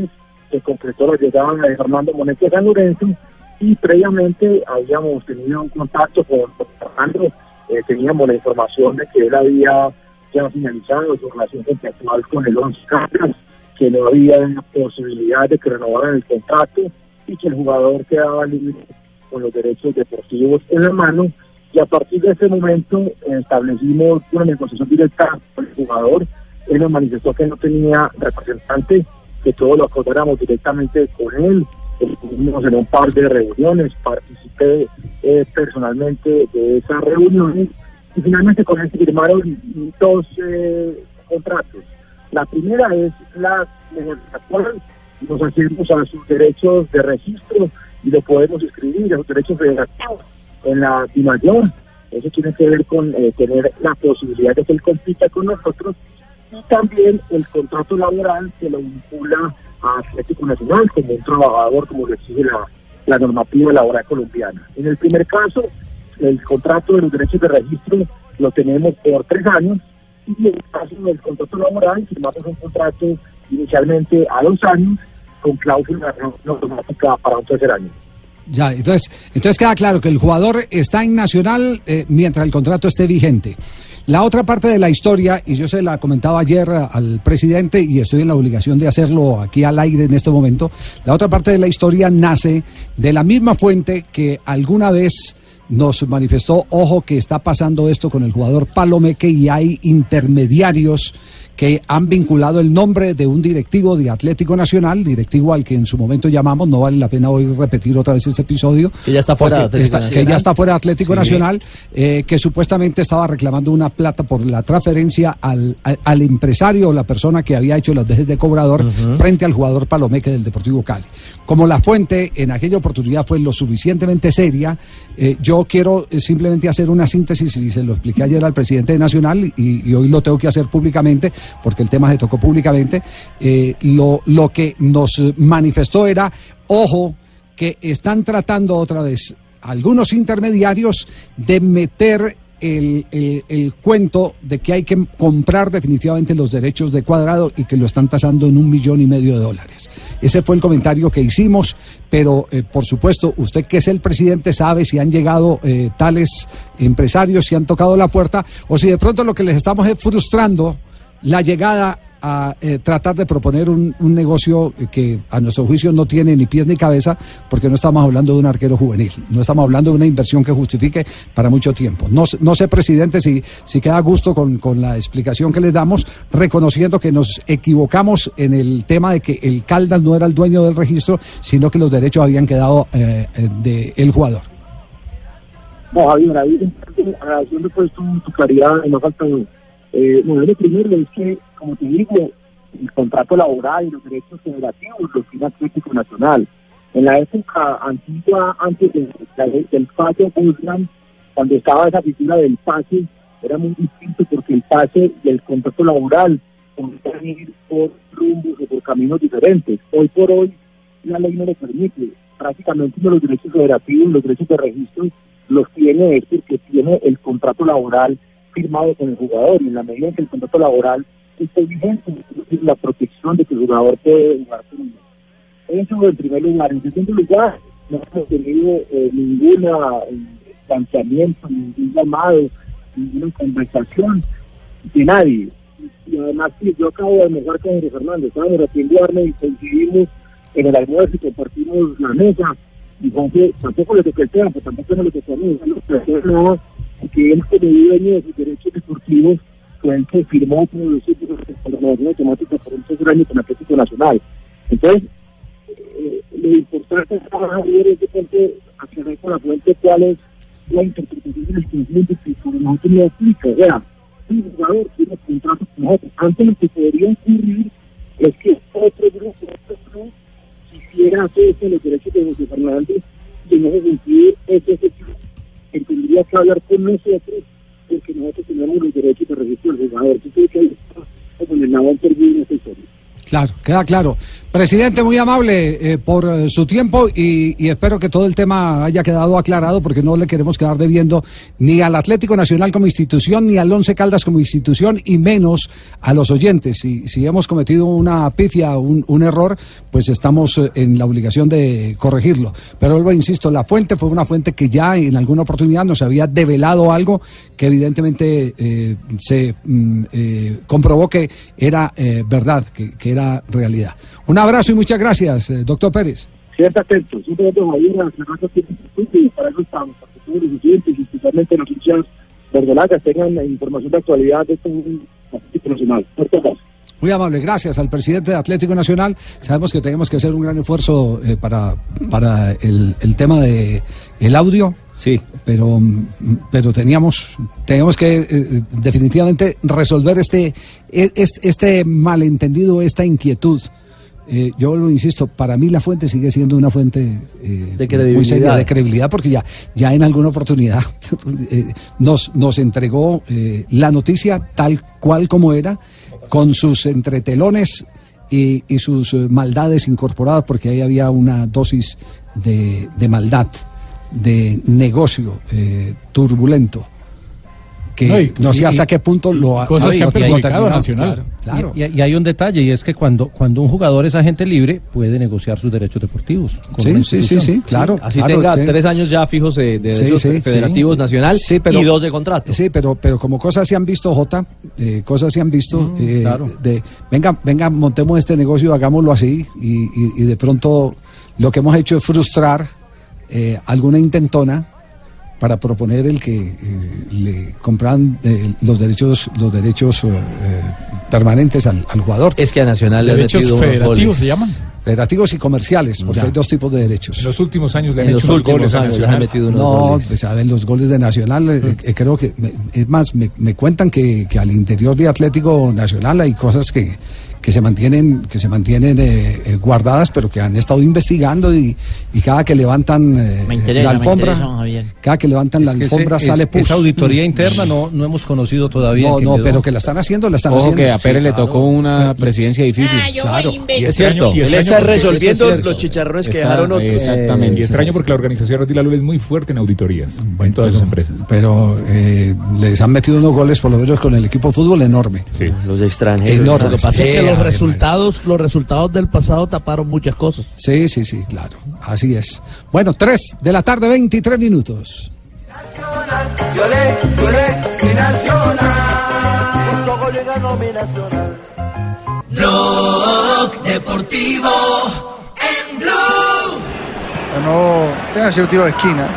se concretó la llegada de Fernando Monete a San Lorenzo, y previamente habíamos tenido un contacto con Fernando, teníamos la información de que él había ya finalizado su relación contractual con el Once Caldas, que no había posibilidad de que renovaran el contrato y que el jugador quedaba libre con los derechos deportivos en la mano, y a partir de ese momento establecimos una negociación directa con el jugador. Él nos manifestó que no tenía representante, que todos lo acordáramos directamente con él. Estuvimos en un par de reuniones, participé personalmente de esas reuniones, y finalmente con él se firmaron 2 contratos. La primera es la actual, nos hacemos a sus derechos de registro y lo podemos inscribir a sus derechos federativos en la DIMAYOR. Eso tiene que ver con tener la posibilidad de que él compita con nosotros, y también el contrato laboral que lo vincula a Atlético Nacional como un trabajador, como lo exige la normativa laboral colombiana. En el primer caso, el contrato de los derechos de registro lo tenemos por 3 años, y en el caso del contrato laboral firmamos un contrato inicialmente a 2 años con cláusula automática para un 3er año. Ya, entonces queda claro que el jugador está en Nacional mientras el contrato esté vigente. La otra parte de la historia, y yo se la comentaba ayer al presidente y estoy en la obligación de hacerlo aquí al aire en este momento, la otra parte de la historia nace de la misma fuente que alguna vez nos manifestó, ojo que está pasando esto con el jugador Palomeque y hay intermediarios que han vinculado el nombre de un directivo de Atlético Nacional, directivo al que en su momento llamamos, no vale la pena hoy repetir otra vez este episodio. Que ya está fuera de Atlético Nacional. Que ya está fuera de Atlético Nacional, que supuestamente estaba reclamando una plata por la transferencia al empresario o la persona que había hecho los dejes de cobrador frente al jugador Palomeque del Deportivo Cali. Como la fuente en aquella oportunidad fue lo suficientemente seria, yo quiero simplemente hacer una síntesis, y se lo expliqué ayer al presidente de Nacional y hoy lo tengo que hacer públicamente porque el tema se tocó públicamente. Lo que nos manifestó era, ojo, que están tratando otra vez algunos intermediarios de meter el cuento de que hay que comprar definitivamente los derechos de Cuadrado y que lo están tasando en $1,5 millones. Ese fue el comentario que hicimos, pero por supuesto, usted que es el presidente sabe si han llegado tales empresarios, si han tocado la puerta, o si de pronto lo que les estamos es frustrando la llegada a tratar de proponer un negocio que a nuestro juicio no tiene ni pies ni cabeza, porque no estamos hablando de un arquero juvenil, no estamos hablando de una inversión que justifique para mucho tiempo. No sé, presidente, si queda a gusto con la explicación que les damos, reconociendo que nos equivocamos en el tema de que el Caldas no era el dueño del registro, sino que los derechos habían quedado del jugador. No, Javier, ahí agradeciendo pues tu claridad, no falta lo primero es que, como te digo, el contrato laboral y los derechos federativos los tiene Atlético Nacional. En la época antigua, antes del pase Guzmán, cuando estaba esa figura del pase, era muy distinto porque el pase y el contrato laboral podían ir por rumbos o por caminos diferentes. Hoy por hoy, la ley no lo permite. Prácticamente los derechos federativos, los derechos de registro, los tiene porque tiene el contrato laboral firmado con el jugador, y en la medida en que el contrato laboral esté vigente, la protección de que el jugador puede jugar con él. Eso en primer lugar. En segundo lugar, no hemos tenido ningún planteamiento, ningún llamado, ninguna conversación de nadie. Y además, yo acabo de almorzar con José Fernando, estábamos haciendo arme y coincidimos en el almuerzo y compartimos la mesa, y Jorge tampoco le tocó el tema, pues tampoco no le tocó a mí, no, que él como dueño de sus derechos deportivos fue el que firmó con los sitios de renovación automática por un 3 años con Atlético Nacional. Entonces, lo importante es trabajar es de pronto aclarar con la fuente cuál es la interpretación del conjunto que por nosotros no aplica. O sea, un jugador tiene contrato con nosotros. Antes lo que podría ocurrir es que otro grupo quisiera hacerse los derechos de José Fernández, y en ese sentido tendría que hablar con nosotros, porque nosotros tenemos los derechos de registro del jugador. Yo creo que ahí está como el nabo perdido en esta historia. Claro, queda claro. Presidente, muy amable por su tiempo y espero que todo el tema haya quedado aclarado porque no le queremos quedar debiendo ni al Atlético Nacional como institución ni al Once Caldas como institución y menos a los oyentes. Si hemos cometido una pifia, un error, pues estamos en la obligación de corregirlo. Pero vuelvo, insisto, la fuente fue una fuente que ya en alguna oportunidad nos había develado algo que evidentemente se comprobó que era verdad, que era realidad. Un abrazo y muchas gracias, doctor Pérez. Siempre atentos, siempre atentos, Javier, a las herramientas y para eso estamos, para que todos los clientes, y especialmente los hinchas verdolagas, tengan la información de actualidad de este Atlético Nacional. Muchas gracias. Muy amable, gracias al presidente de Atlético Nacional. Sabemos que tenemos que hacer un gran esfuerzo para el tema de el audio. Sí, pero teníamos que definitivamente resolver este malentendido, esta inquietud. Yo lo insisto, para mí la fuente sigue siendo una fuente de credibilidad. Muy seria de credibilidad, porque ya en alguna oportunidad nos entregó la noticia tal cual como era, con sus entretelones y sus maldades incorporadas, porque ahí había una dosis de maldad, de negocio turbulento, que no sé hasta qué punto cosas que han perjudicado a Nacional. Claro. Y hay un detalle, y es que cuando un jugador es agente libre, puede negociar sus derechos deportivos. Sí, claro. Así tenga 3 años ya fijos de derechos federativos nacional y 2 de contrato. Sí, pero como cosas se han visto, Jota, cosas se han visto, claro. Venga, montemos este negocio, hagámoslo así, y de pronto lo que hemos hecho es frustrar alguna intentona para proponer el que le compran los derechos permanentes al jugador. Es que a Nacional le han metido federativos se llaman. Federativos y comerciales, porque hay 2 tipos de derechos. En los últimos años le han hecho unos goles a Nacional. Pues a ver, los goles de Nacional, creo que, es más, me cuentan que al interior de Atlético Nacional hay cosas que se mantienen guardadas, pero que han estado investigando y cada que levantan la alfombra, sale pus. Esa auditoría interna no hemos conocido todavía. No, pero que la están haciendo, Ojo que a Pérez le tocó una presidencia difícil. Claro. Y es cierto. Él está resolviendo los chicharrones que dejaron otros. Exactamente. Y extraño porque la organización Roti Lula es muy fuerte en auditorías, en todas sus empresas. Pero les han metido unos goles, por lo menos con el equipo de fútbol, enorme. Sí. Los extranjeros. Enorme. Lo que pasa es que los resultados del pasado taparon muchas cosas. Sí, claro, así es. Bueno, 3 de la tarde, 23 minutos. Blog Deportivo en Blue. No, tengan que hacer un tiro de esquina.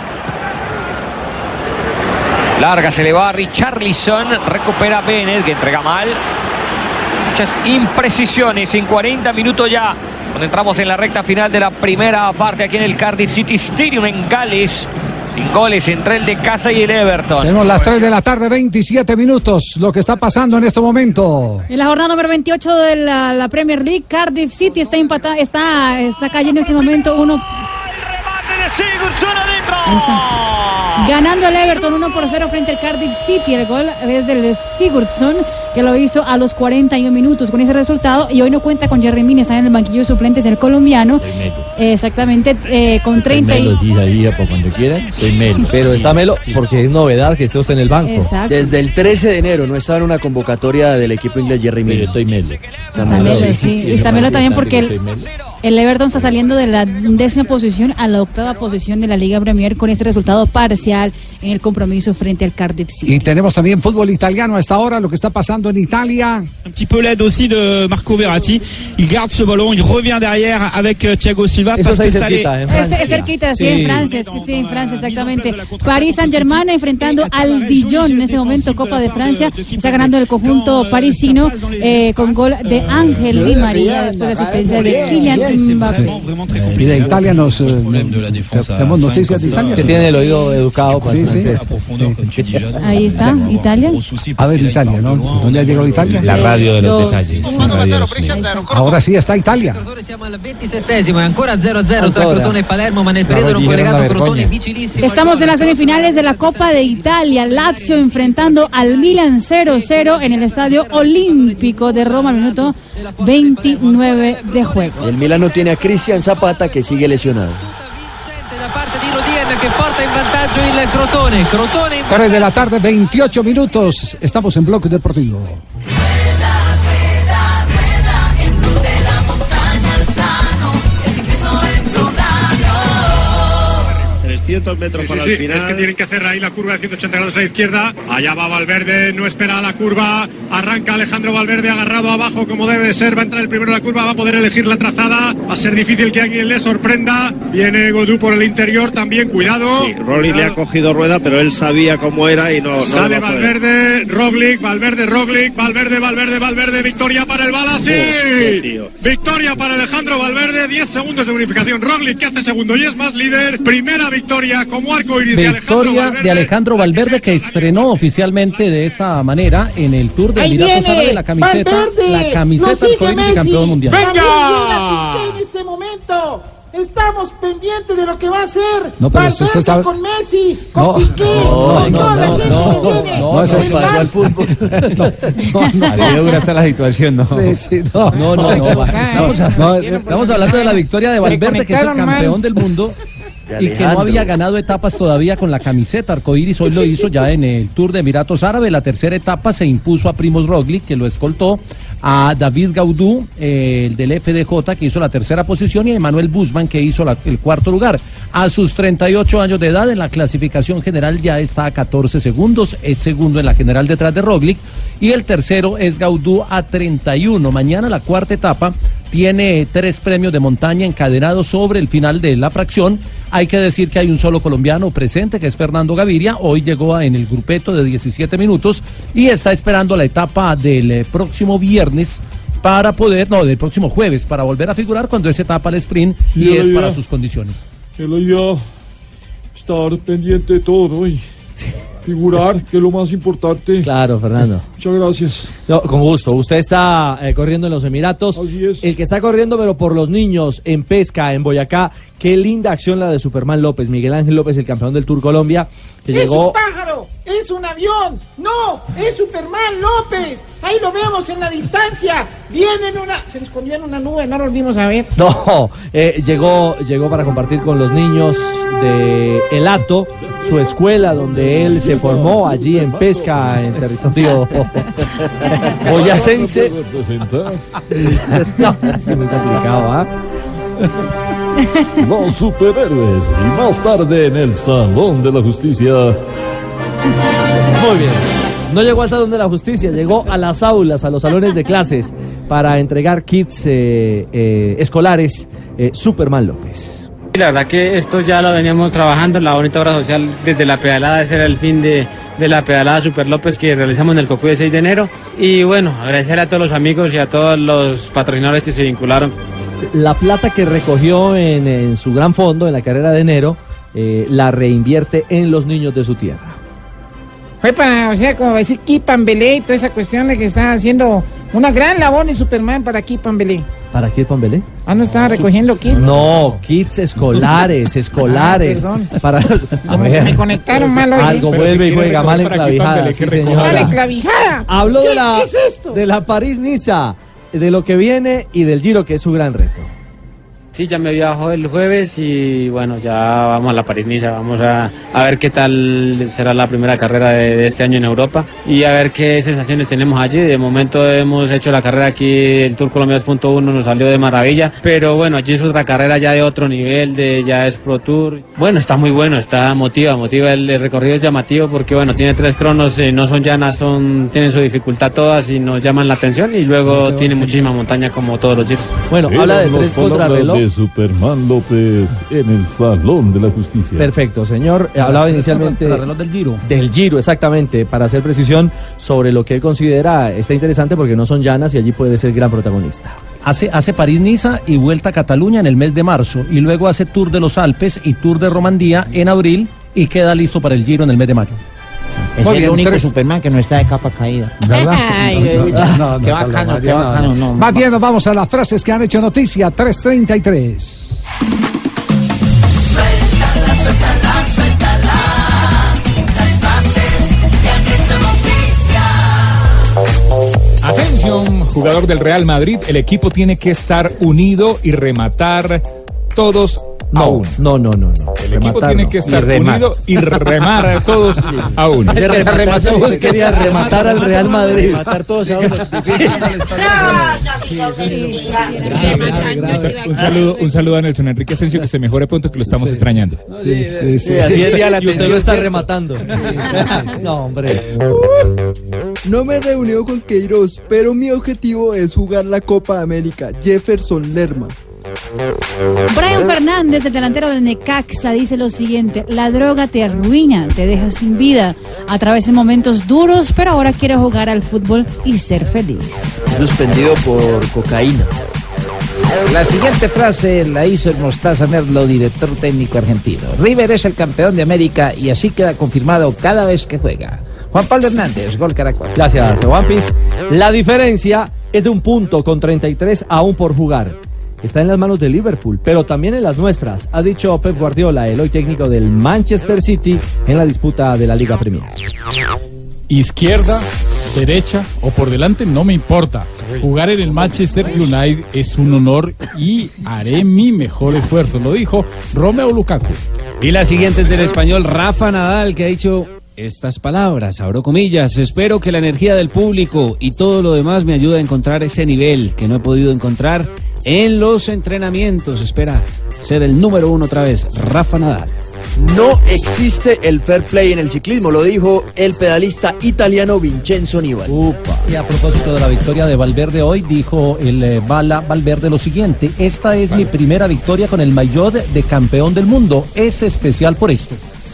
Larga, se le va a Richarlison, recupera Bennett, que entrega mal. Muchas imprecisiones en 40 minutos ya, cuando entramos en la recta final de la primera parte aquí en el Cardiff City Stadium en Gales. Sin goles entre el de casa y el Everton. Tenemos las 3 de la tarde, 27 minutos. Lo que está pasando en este momento. En la jornada número 28 de la Premier League, Cardiff City está cayendo en este momento uno. ¡Remate de Sigurdsson adentro! Ganando el Everton 1-0 frente al Cardiff City. El gol es del Sigurdsson, que lo hizo a los 41 minutos. Con ese resultado, y hoy no cuenta con Jerry Mina, está en el banquillo de suplentes el colombiano. Exactamente, con 30 por cuando quieran. Soy Melo. Pero está Melo porque es novedad que esté usted en el banco. Exacto. Desde el 13 de enero no estaba en una convocatoria del equipo inglés Jerry Mina. Estoy Melo. Está Melo, sí. Y está Melo también porque el Everton está saliendo de la 10ª posición a la 8ª posición de la Liga Premier con este resultado parcial en el compromiso frente al Cardiff City. Y tenemos también fútbol italiano a esta hora, lo que está pasando en Italia. Un petit peu l'aide aussi de Marco Verratti. Il garde ce ballon, il revient derrière avec Thiago Silva. Eso es cerquita, es cerquita, sí, en Francia, en Francia, exactamente. Paris Saint-Germain enfrentando al Dijon en ese momento, Copa de Francia. Está ganando el conjunto parisino con gol de Ángel Di María después de asistencia de Kylian Y de Italia tenemos noticias de Italia. Que tiene el oído educado. Sí. Ahí está, Italia. A ver, Italia, ¿no? ¿Dónde ha llegado Italia? La radio de los detalles. Ahora sí está Italia. Estamos en las semifinales de la Copa de Italia. Lazio enfrentando al Milan 0-0 en el Estadio Olímpico de Roma, minuto 29 de juego. El Milan no tiene a Cristian Zapata, que sigue lesionado. 3 de la tarde, 28 minutos. Estamos en Bloque Deportivo. 300 metros para el final. Es que tienen que hacer ahí la curva de 180 grados a la izquierda. Allá va Valverde, no espera la curva. Arranca Alejandro Valverde agarrado abajo como debe ser. Va a entrar el primero en la curva, va a poder elegir la trazada. Va a ser difícil que alguien le sorprenda. Viene Godú por el interior también, cuidado. Sí, Roglic le ha cogido rueda, pero él sabía cómo era y no sale Valverde, Roglic, Valverde, victoria para el Bala, sí. Victoria para Alejandro Valverde, 10 segundos de bonificación. Roglic que hace segundo y es más líder. Primera victoria como arco iris de Alejandro Valverde, que estrenó oficialmente de esta manera en el Tour de Emiratos Árabes la camiseta arcoíris de campeón mundial. ¡Venga! En este momento estamos pendientes de lo que va a hacer Valverde está... con Messi, con Piqué, con toda la gente que tiene. No, eso es para el fútbol. Así dura está la situación, ¿no? Sí, no. Estamos hablando de la victoria de Valverde, que es el campeón del mundo y que no había ganado etapas todavía con la camiseta arcoíris. Hoy lo hizo ya en el Tour de Emiratos Árabes. La tercera etapa se impuso a Primož Roglic, que lo escoltó, a David Gaudú, el del FDJ, que hizo la tercera posición, y a Emanuel Buchmann, que hizo el cuarto lugar. A sus 38 años de edad, en la clasificación general ya está a 14 segundos, es segundo en la general detrás de Roglic, y el tercero es Gaudú a 31. Mañana la cuarta etapa tiene 3 premios de montaña encadenados sobre el final de la fracción. Hay que decir que hay un solo colombiano presente, que es Fernando Gaviria. Hoy llegó en el grupeto de 17 minutos y está esperando la etapa del próximo viernes del próximo jueves, para volver a figurar cuando es etapa al sprint, y es para sus condiciones. Estar pendiente de todo y figurar, que es lo más importante. Claro, Fernando. Muchas gracias. No, con gusto. Usted está corriendo en los Emiratos. Así es. El que está corriendo, pero por los niños, en pesca, en Boyacá. Qué linda acción la de Superman López, Miguel Ángel López, el campeón del Tour Colombia, que ¡Es llegó... un pájaro! ¡Es un avión! ¡No! ¡Es Superman López! Ahí lo vemos en la distancia. Viene se escondió en una nube, no lo volvimos a ver. No, llegó para compartir con los niños de El Hato, su escuela donde él se formó allí en pesca, en territorio boyacense. No, es muy complicado, ¿ah? Los superhéroes, y más tarde en el Salón de la Justicia. Muy bien. No llegó al Salón de la Justicia, llegó a las aulas, a los salones de clases, para entregar kits escolares. Superman López. La verdad que esto ya lo veníamos trabajando, la bonita obra social desde la pedalada. Ese era el fin de la pedalada Super López que realizamos en el Cocuy el 6 de enero. Y bueno, agradecer a todos los amigos y a todos los patrocinadores que se vincularon. La plata que recogió en su gran fondo en la carrera de enero, la reinvierte en los niños de su tierra. Fue para, como decir, Kipambelé y toda esa cuestión de que están haciendo una gran labor en Superman para Kipambelé. ¿Para Kipambelé? No estaba recogiendo kits. No, kits escolares. Para, me conectaron mal hoy. Algo vuelve y juega mal enclavijada. Sí, mal enclavijada. Habló ¿Qué es esto? De la París-Niza, de lo que viene y del Giro, que es su gran reto. Sí, ya me viajo el jueves y bueno, ya vamos a la París-Niza, vamos a ver qué tal será la primera carrera de este año en Europa y a ver qué sensaciones tenemos allí. De momento hemos hecho la carrera aquí, el Tour Colombia 2.1 nos salió de maravilla, pero bueno, allí es otra carrera ya de otro nivel, ya es Pro Tour. Bueno, está muy bueno, está motiva, el recorrido es llamativo porque bueno, tiene 3 cronos, no son llanas, tienen su dificultad todas y nos llaman la atención y luego tiene muchísima montaña como todos los giros. Bueno, habla de 3 contrarreloj. Superman López en el Salón de la Justicia. Perfecto, señor. Hablaba inicialmente del Giro. Del Giro, exactamente, para hacer precisión sobre lo que él considera está interesante porque no son llanas y allí puede ser gran protagonista. hace París-Niza y Vuelta a Cataluña en el mes de marzo, y luego hace Tour de los Alpes y Tour de Romandía en abril, y queda listo para el Giro en el mes de mayo. Es el único Superman que no está de capa caída. ¿Verdad? No, qué bacano, qué bacano. No. Más bien, nos vamos a las frases que han hecho noticia. 3:33. Suéltala, las frases que han hecho noticia. Atención, jugador del Real Madrid, el equipo tiene que estar unido y rematar todos a uno. No. El equipo tiene que estar unido y remar todos a uno. Quería rematar al Real Madrid. Rematar todos a uno. Un saludo a Nelson Enrique Asensio, que se mejore pronto, que lo estamos extrañando. Sí, así es la y usted lo está rematando. No, hombre. No me he reunido con Queiroz, pero mi objetivo es jugar la Copa América. Jefferson Lerma. Brian Fernández, el delantero del Necaxa, dice lo siguiente: la droga te arruina, te deja sin vida, atravesé momentos duros, pero ahora quiere jugar al fútbol y ser feliz. Suspendido por cocaína. La siguiente frase la hizo el Mostaza Merlo, director técnico argentino. River es el campeón de América y así queda confirmado cada vez que juega. Juan Pablo Hernández, Gol Caracol. Gracias, Juanpis. La diferencia es de 1 punto con 33 aún por jugar. Está en las manos de Liverpool, pero también en las nuestras, ha dicho Pep Guardiola, el hoy técnico del Manchester City, en la disputa de la Liga Premier. Izquierda, derecha o por delante no me importa. Jugar en el Manchester United es un honor y haré mi mejor esfuerzo, lo dijo Romelu Lukaku. Y la siguiente es del español Rafa Nadal, que ha dicho estas palabras, abro comillas: espero que la energía del público y todo lo demás me ayude a encontrar ese nivel que no he podido encontrar en los entrenamientos. Espera ser el número 1 otra vez, Rafa Nadal. No existe el fair play en el ciclismo, lo dijo el pedalista italiano Vincenzo Nibali. Y a propósito de la victoria de Valverde hoy, dijo el Bala Valverde lo siguiente: esta es mi primera victoria con el maillot de campeón del mundo, es especial por esto.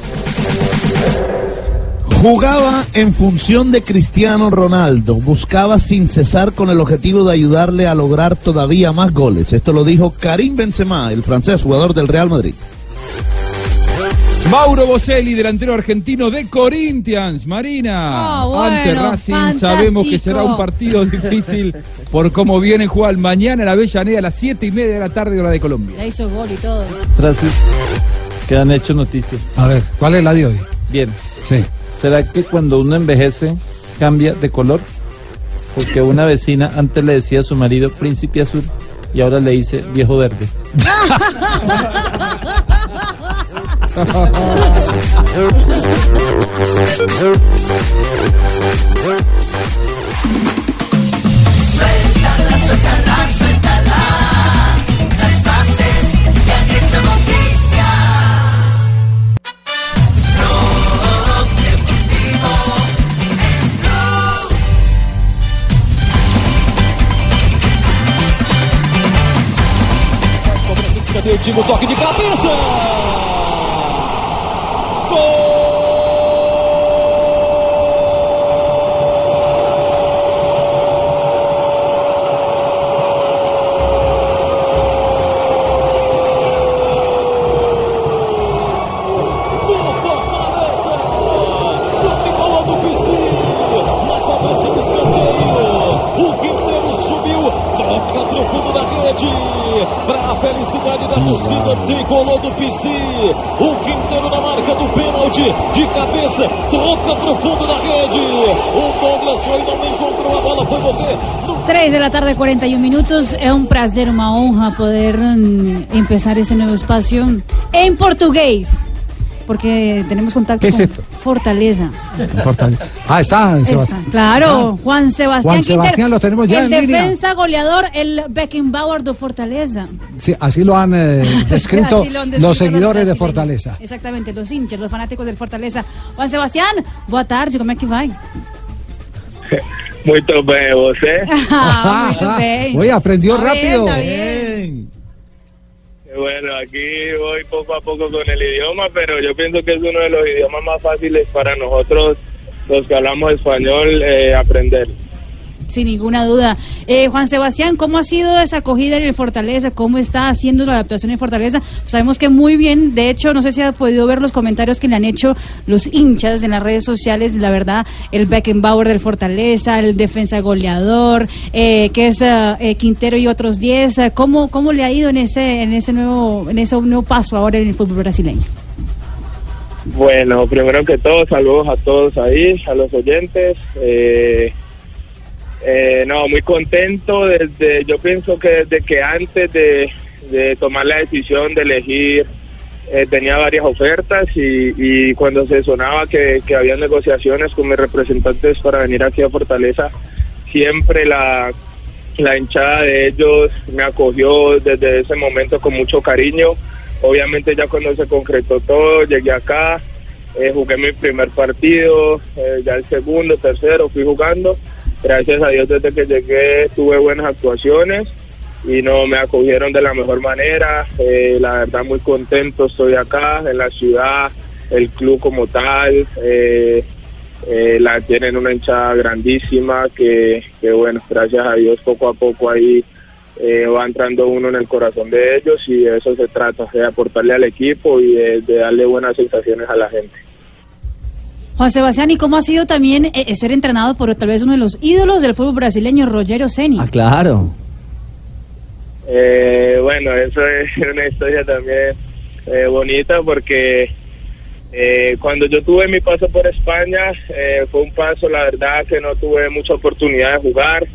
Jugaba en función de Cristiano Ronaldo, buscaba sin cesar con el objetivo de ayudarle a lograr todavía más goles. Esto lo dijo Karim Benzema, el francés, jugador del Real Madrid. Mauro Boselli, delantero argentino de Corinthians, Marina. Ante Racing, fantástico. Sabemos que será un partido difícil por cómo viene jugar mañana en la Avellaneda a las 7:30 de la tarde, hora de Colombia. Ya hizo gol y todo. Frases que han hecho noticias. A ver, ¿cuál es la de hoy? Bien. Sí. ¿Será que cuando uno envejece cambia de color? Porque una vecina antes le decía a su marido príncipe azul y ahora le dice viejo verde. Suéltala, las frases que han hecho noticia. Blog Deportivo en Blue. Cobra significativa, último toque de cabeça. Gol! Para a felicidade da torcida tricolor do PC, o Quinteiro na marca do pênalti, de cabeça, toca pro fundo da rede. O Douglas foi, não encontrou a bola, foi bater. 3 de la tarde, 41 minutos. Es un placer, una honra poder empezar este nuevo espacio en portugués. Porque tenemos contacto ¿Qué es con esto? Fortaleza. Está Sebastián. Claro, Juan Sebastián. Juan Sebastián lo tenemos ya el en línea. defensa goleador, el Beckenbauer de Fortaleza. Sí, así lo han descrito Así lo han descrito los seguidores de brasileños. Fortaleza. Exactamente, los hinchas, los fanáticos del Fortaleza. Juan Sebastián, boa tarde, como é que vai? Muito bem, você? Muito bem. Oye, aprendió Está bien, rápido. está bien. Bueno, aquí voy poco a poco con el idioma, pero yo pienso que es uno de los idiomas más fáciles para nosotros, los que hablamos español, aprender. sin ninguna duda. Juan Sebastián, ¿cómo ha sido esa acogida en el Fortaleza? ¿Cómo está haciendo la adaptación en Fortaleza? Pues sabemos que muy bien, de hecho, no sé si ha podido ver los comentarios que le han hecho los hinchas en las redes sociales, la verdad, el Beckenbauer del Fortaleza, el defensa goleador, que es Quintero y otros 10, ¿cómo le ha ido en ese nuevo paso ahora en el fútbol brasileño? Bueno, primero que todo, saludos a todos ahí, a los oyentes. No, muy contento yo pienso que desde que antes de tomar la decisión de elegir, tenía varias ofertas y cuando se sonaba que había negociaciones con mis representantes para venir aquí a Fortaleza, siempre la hinchada de ellos me acogió desde ese momento con mucho cariño. Obviamente ya cuando se concretó todo, llegué acá, jugué mi primer partido, ya el segundo, tercero, fui jugando. Gracias a Dios desde que llegué tuve buenas actuaciones y no me acogieron de la mejor manera. La verdad muy contento, estoy acá en la ciudad, el club como tal, tienen una hinchada grandísima que bueno, gracias a Dios poco a poco ahí va entrando uno en el corazón de ellos y de eso se trata, de aportarle al equipo y de darle buenas sensaciones a la gente. Juan Sebastián, ¿y cómo ha sido también ser entrenado por tal vez uno de los ídolos del fútbol brasileño, Rogério Ceni? Ah, claro. Bueno, eso es una historia también bonita porque cuando yo tuve mi paso por España fue un paso, la verdad, que no tuve mucha oportunidad de jugar.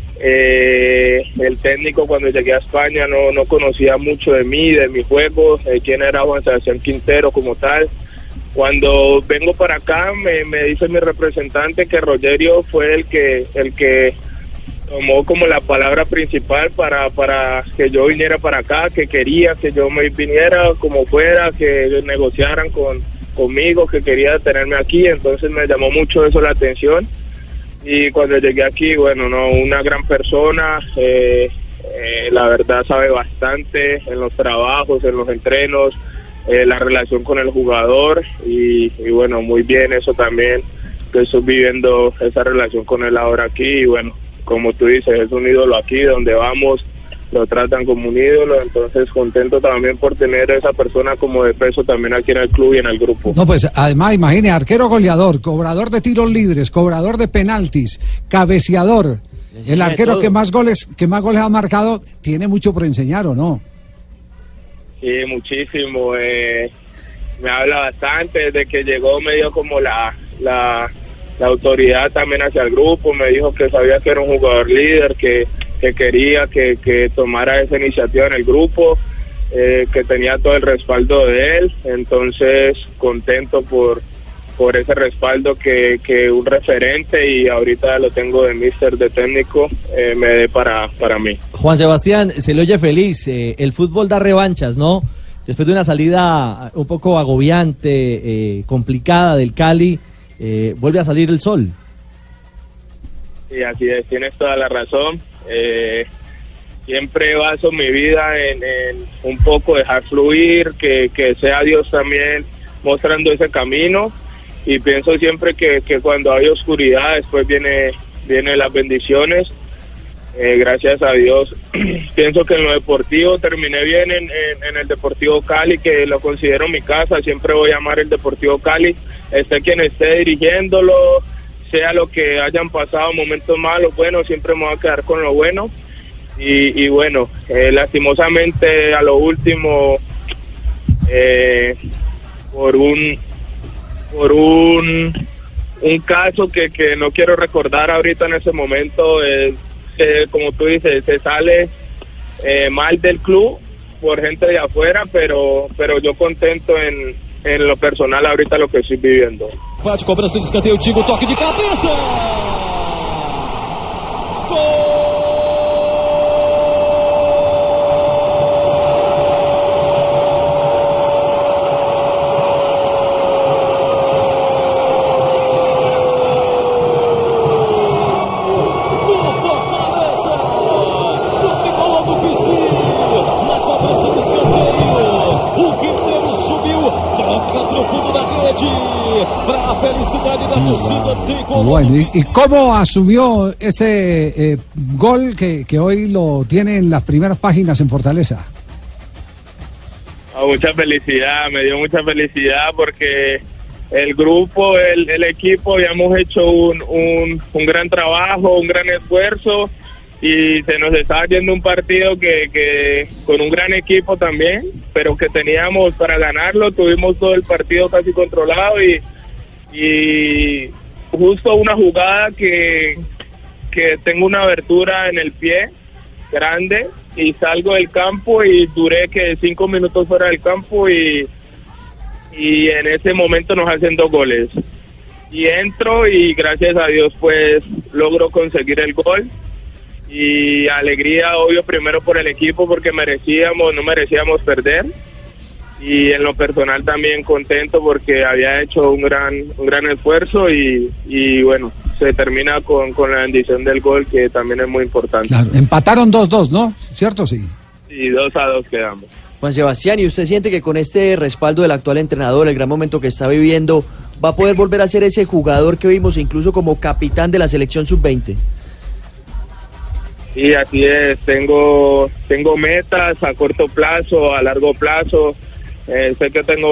El técnico cuando llegué a España no conocía mucho de mí, de mi juego, quién era Juan Sebastián Quintero como tal. Cuando vengo para acá me dice mi representante que Rogério fue el que tomó como la palabra principal para que yo viniera para acá, que quería que yo me viniera como fuera, que negociaran conmigo, que quería tenerme aquí. Entonces me llamó mucho eso la atención y cuando llegué aquí, bueno, no, una gran persona, la verdad sabe bastante en los trabajos, en los entrenos, la relación con el jugador y bueno, muy bien eso también, que estoy viviendo esa relación con él ahora aquí y bueno, como tú dices, es un ídolo aquí, donde vamos lo tratan como un ídolo, entonces contento también por tener a esa persona como de peso también aquí en el club y en el grupo. No, pues además imagine, arquero goleador, cobrador de tiros libres, cobrador de penaltis, cabeceador, el arquero que más goles ha marcado, tiene mucho por enseñar, ¿o no? Sí, muchísimo, me habla bastante, desde que llegó me dio como la autoridad también hacia el grupo, me dijo que sabía que era un jugador líder, que quería que tomara esa iniciativa en el grupo, que tenía todo el respaldo de él, entonces contento por ese respaldo que un referente y ahorita lo tengo de míster, de técnico, me dé para mí. Juan Sebastián, se le oye feliz, el fútbol da revanchas, ¿no? Después de una salida un poco agobiante, complicada del Cali, vuelve a salir el sol. Sí, así es, tienes toda la razón. Siempre baso mi vida en un poco dejar fluir, que sea Dios también mostrando ese camino y pienso siempre que cuando hay oscuridad después viene las bendiciones. Gracias a Dios pienso que en lo deportivo terminé bien en el Deportivo Cali, que lo considero mi casa, siempre voy a amar el Deportivo Cali, esté quien esté dirigiéndolo, sea lo que hayan pasado, momentos malos, bueno, siempre me voy a quedar con lo bueno y bueno, lastimosamente a lo último por un caso que no quiero recordar ahorita en ese momento, como tú dices, se sale mal del club por gente de afuera, pero yo contento en lo personal ahorita lo que estoy viviendo. Bate, cobrança de escanteio, Tigo, toque de cabeça! Gol! Bueno, ¿y cómo asumió este gol que hoy lo tiene en las primeras páginas en Fortaleza? Mucha felicidad, me dio mucha felicidad porque el grupo, el equipo, habíamos hecho un gran trabajo, un gran esfuerzo y se nos estaba yendo un partido que con un gran equipo también, pero que teníamos para ganarlo, tuvimos todo el partido casi controlado y justo una jugada que tengo una abertura en el pie grande y salgo del campo y duré que 5 minutos fuera del campo y en ese momento nos hacen 2 goles y entro y gracias a Dios pues logro conseguir el gol y alegría obvio primero por el equipo porque no merecíamos perder y en lo personal también contento porque había hecho un gran esfuerzo y bueno, se termina con la bendición del gol que también es muy importante. Claro, empataron 2-2, ¿no? ¿Cierto? Sí. Y 2-2 quedamos. Juan Sebastián, ¿y usted siente que con este respaldo del actual entrenador, el gran momento que está viviendo, va a poder volver a ser ese jugador que vimos incluso como capitán de la selección sub-20? Sí, así es. Tengo metas a corto plazo, a largo plazo. Sé que tengo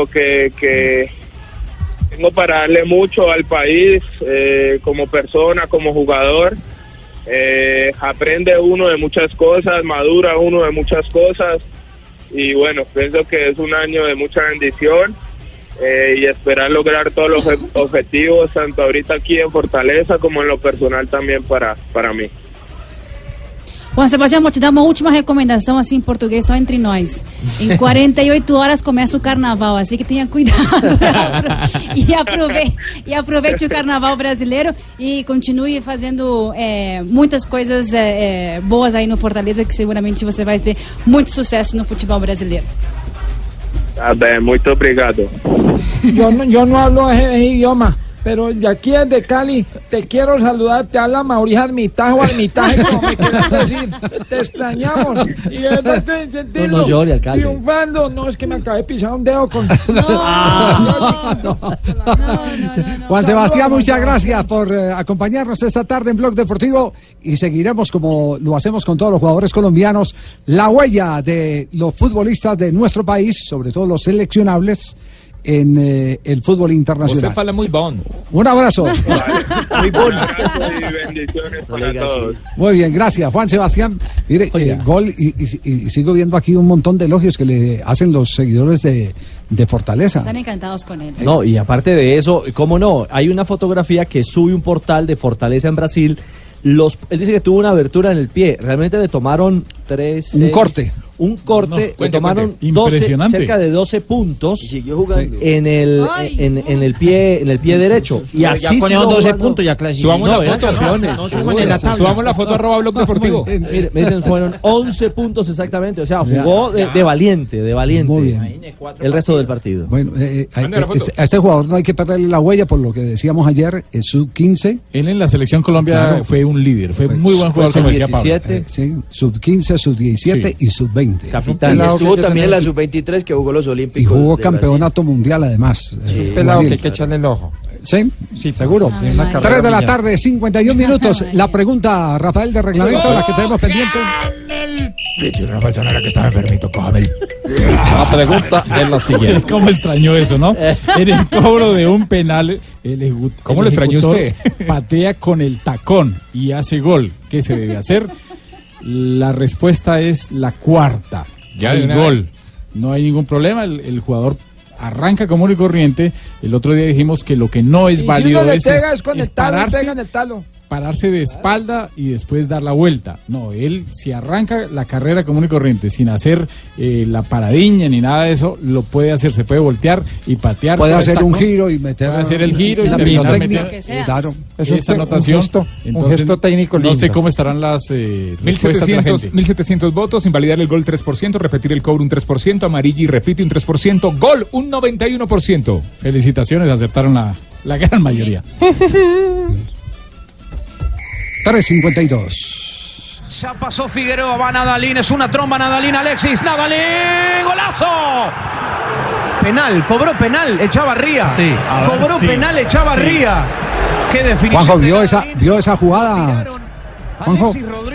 tengo para darle mucho al país como persona, como jugador. Aprende uno de muchas cosas, madura uno de muchas cosas y bueno, pienso que es un año de mucha bendición y esperar lograr todos los objetivos tanto ahorita aquí en Fortaleza como en lo personal también para mí. Juan Sebastián, vou te dar uma última recomendação assim em português, só entre nós. Em 48 horas começa o carnaval, assim que tenha cuidado e aproveite o carnaval brasileiro e continue fazendo muitas coisas boas aí no Fortaleza, que seguramente você vai ter muito sucesso no futebol brasileiro. Tá bem, muito obrigado. Yo no hablo ese idioma. Pero de aquí desde Cali, te quiero saludar, te habla Mauricio Armitaje o Armitaje, como me quieras decir. Te extrañamos. Y es de sentirlo. No llore, alcalde. Triunfando. No, es que me acabé de pisar un dedo con... Juan Sebastián, muchas gracias por acompañarnos esta tarde en Blog Deportivo y seguiremos, como lo hacemos con todos los jugadores colombianos, la huella de los futbolistas de nuestro país, sobre todo los seleccionables, en el fútbol internacional. Usted fala muy bon. Un abrazo. Muy bon. Y bendiciones para todos. Muy bien, gracias, Juan Sebastián. Mire, gol y sigo viendo aquí un montón de elogios que le hacen los seguidores de Fortaleza. Están encantados con él. No, y aparte de eso, ¿cómo no? Hay una fotografía que sube un portal de Fortaleza en Brasil. Él dice que tuvo una abertura en el pie. Realmente le tomaron un corte, le tomaron cerca de 12 puntos en el pie derecho. Y así ya con esos 12 puntos ya clasificamos. Subamos la foto arroba Blog Deportivo. Mire, me dicen fueron 11 puntos exactamente. O sea, jugó de valiente. Muy bien. El resto del partido. Bueno, a este jugador no hay que perderle la huella por lo que decíamos ayer, sub-15. Él en la selección Colombia fue un líder, fue muy buen jugador, como decía Pablo. Sí, sub-15, sub-17 y sub-20. Capitán. Y estuvo también en la sub-23 que jugó los Olímpicos. Y jugó campeonato mundial además. Pelado que hay que echarle el ojo. Sí, seguro. 3 de la tarde, 51 minutos. La pregunta, Rafael, de reglamento, la que tenemos pendiente. Rafael Sanara, que estaba enfermito, cójame. La pregunta es la siguiente. ¿Cómo extrañó eso, no? En el cobro de un penal, ¿cómo lo extrañó usted? Patea con el tacón y hace gol. ¿Qué se debe hacer? La respuesta es la cuarta. Ya el gol. No hay ningún problema. El jugador arranca común y corriente. El otro día dijimos que lo que no es válido pararse de espalda y después dar la vuelta. No, él si arranca la carrera común y corriente sin hacer la paradiña ni nada de eso, lo puede hacer, se puede voltear y patear. Puede hacer un giro y meter. Puede hacer el giro y terminar metiendo. Claro. Esa anotación. Un gesto técnico lindo. No sé cómo estarán las 1.700 votos, invalidar el gol 3%, repetir el cobro un 3%, Amarilla repite un 3%, gol un 91%. Felicitaciones, acertaron la gran mayoría. 3:52. Ya pasó Figueroa, va Nadalín, es una tromba Nadalín, Alexis, Nadalín, golazo. Penal, cobró penal, Echavarría. Sí, cobró penal, Echavarría. Qué definición. Juanjo, ¿vio esa jugada? Juanjo.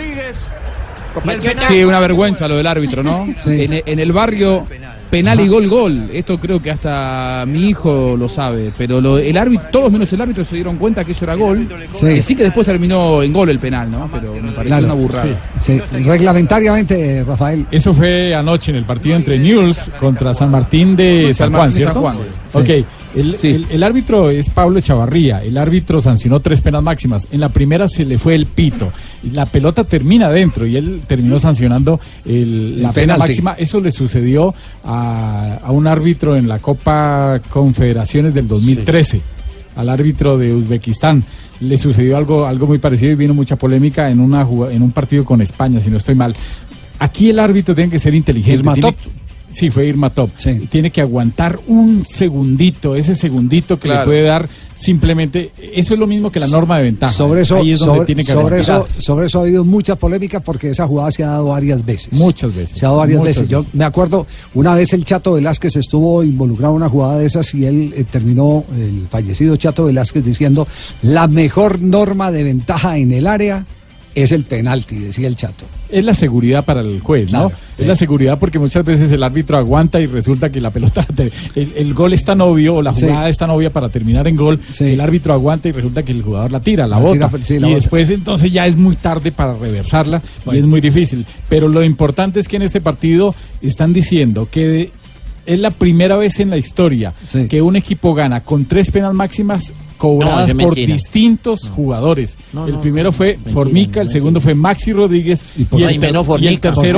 Sí, una vergüenza lo del árbitro, ¿no? Sí. En el barrio, penal y gol. Esto creo que hasta mi hijo lo sabe, pero el árbitro, todos menos el árbitro se dieron cuenta que eso era gol. Sí que después terminó en gol el penal, ¿no? Pero me pareció una burrada. Sí. Reglamentariamente, Rafael. Eso fue anoche en el partido entre Newell's contra San Martín de San Juan, ¿cierto? San Juan. Sí. Ok. El árbitro es Pablo Echavarría. El árbitro sancionó 3 penas máximas. En la primera se le fue el pito. La pelota termina adentro y él terminó sancionando la pena máxima. Eso le sucedió a un árbitro en la Copa Confederaciones del 2013, al árbitro de Uzbekistán. Le sucedió algo muy parecido y vino mucha polémica en un partido con España, si no estoy mal. Aquí el árbitro tiene que ser inteligente. Sí, fue Irma Top. Sí. Tiene que aguantar un segundito, ese segundito que le puede dar simplemente. Eso es lo mismo que la norma de ventaja. Sobre eso, ahí es donde tiene que sobre eso ha habido muchas polémicas porque esa jugada se ha dado varias veces. Muchas veces. Se ha dado varias veces. Yo me acuerdo, una vez el Chato Velázquez estuvo involucrado en una jugada de esas y él terminó, el fallecido Chato Velázquez, diciendo: la mejor norma de ventaja en el área es el penalti, decía el Chato. Es la seguridad para el juez, ¿no? Claro, es la seguridad porque muchas veces el árbitro aguanta y resulta que la pelota, el gol es tan obvio o la jugada es tan obvia para terminar en gol, el árbitro aguanta y resulta que el jugador la tira, la bota. Y después entonces ya es muy tarde para reversarla y es muy difícil. Pero lo importante es que en este partido están diciendo que es la primera vez en la historia que un equipo gana con 3 penas máximas cobradas por distintos jugadores. El primero fue Formica, el segundo fue Maxi Rodríguez y el tercero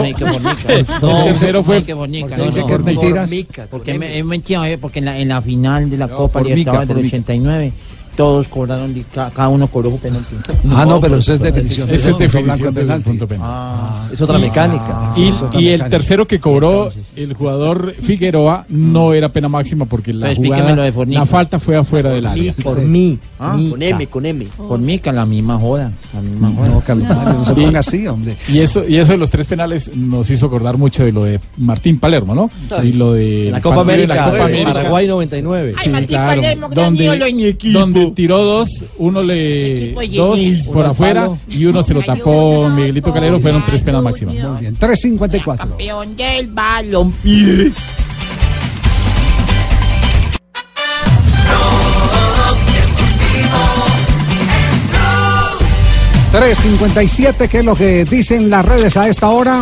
fue porque es mentira, porque en la final de la Copa Libertadores del 89 todos cobraron, cada uno cobró un penalti. No, pero eso es definición. Eso es definición del punto penal. Es otra mecánica. Y el tercero que cobró el jugador Figueroa no era pena máxima porque la jugada, la falta fue afuera del área. Con M. Formica, la misma joda. No, Carlos, no se ponga así, hombre. Y eso de los 3 penales nos hizo acordar mucho de lo de Martín Palermo, ¿no? Y lo de la Copa América, Paraguay 99. Sí, Martín Palermo, donde tiró 2, uno dos por afuera y uno se lo tapó Miguelito Calero, fueron 3 penas máximas. Muy bien, 3.54. Campeón del balón. 3.57, ¿qué es lo que dicen las redes a esta hora?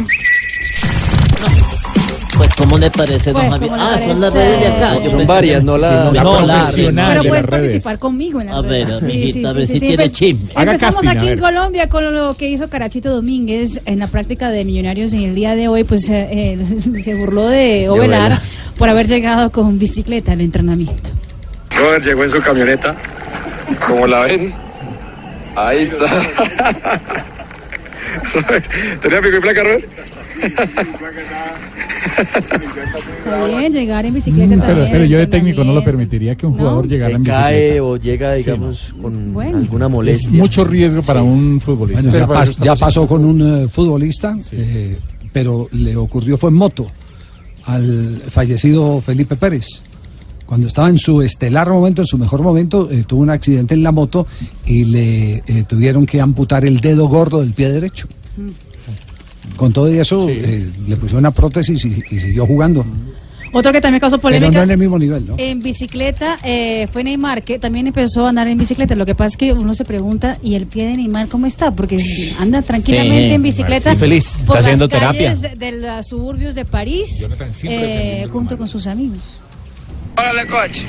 Pues, ¿cómo le parece, don Javier? Son las redes de acá. Son varias, no la profesional. Pero puedes participar conmigo en la red. A ver si tiene chisme. Empezamos aquí en Colombia con lo que hizo Carachito Domínguez en la práctica de Millonarios en el día de hoy. Pues se burló de Ovelar por haber llegado con bicicleta al entrenamiento. Robert llegó en su camioneta, como la ven. Ahí está. ¿Tenía pico y placa, Robert? Está bien, llegar en bicicleta también. Pero yo de técnico no lo permitiría que un jugador llegara en bicicleta. Cae o llega, digamos, con alguna molestia. Es mucho riesgo para un futbolista. Bueno, ya pasó con un futbolista, pero le ocurrió fue en moto al fallecido Felipe Pérez. Cuando estaba en su estelar momento, en su mejor momento, tuvo un accidente en la moto y le tuvieron que amputar el dedo gordo del pie derecho. Con todo y eso, le puso una prótesis y siguió jugando. Otro que también causó polémica. Pero no en el mismo nivel, ¿no? En bicicleta fue Neymar, que también empezó a andar en bicicleta. Lo que pasa es que uno se pregunta, ¿y el pie de Neymar cómo está? Porque anda tranquilamente en bicicleta. Feliz, está haciendo terapia. De los suburbios de París, junto con sus amigos. ¡Órale, coach!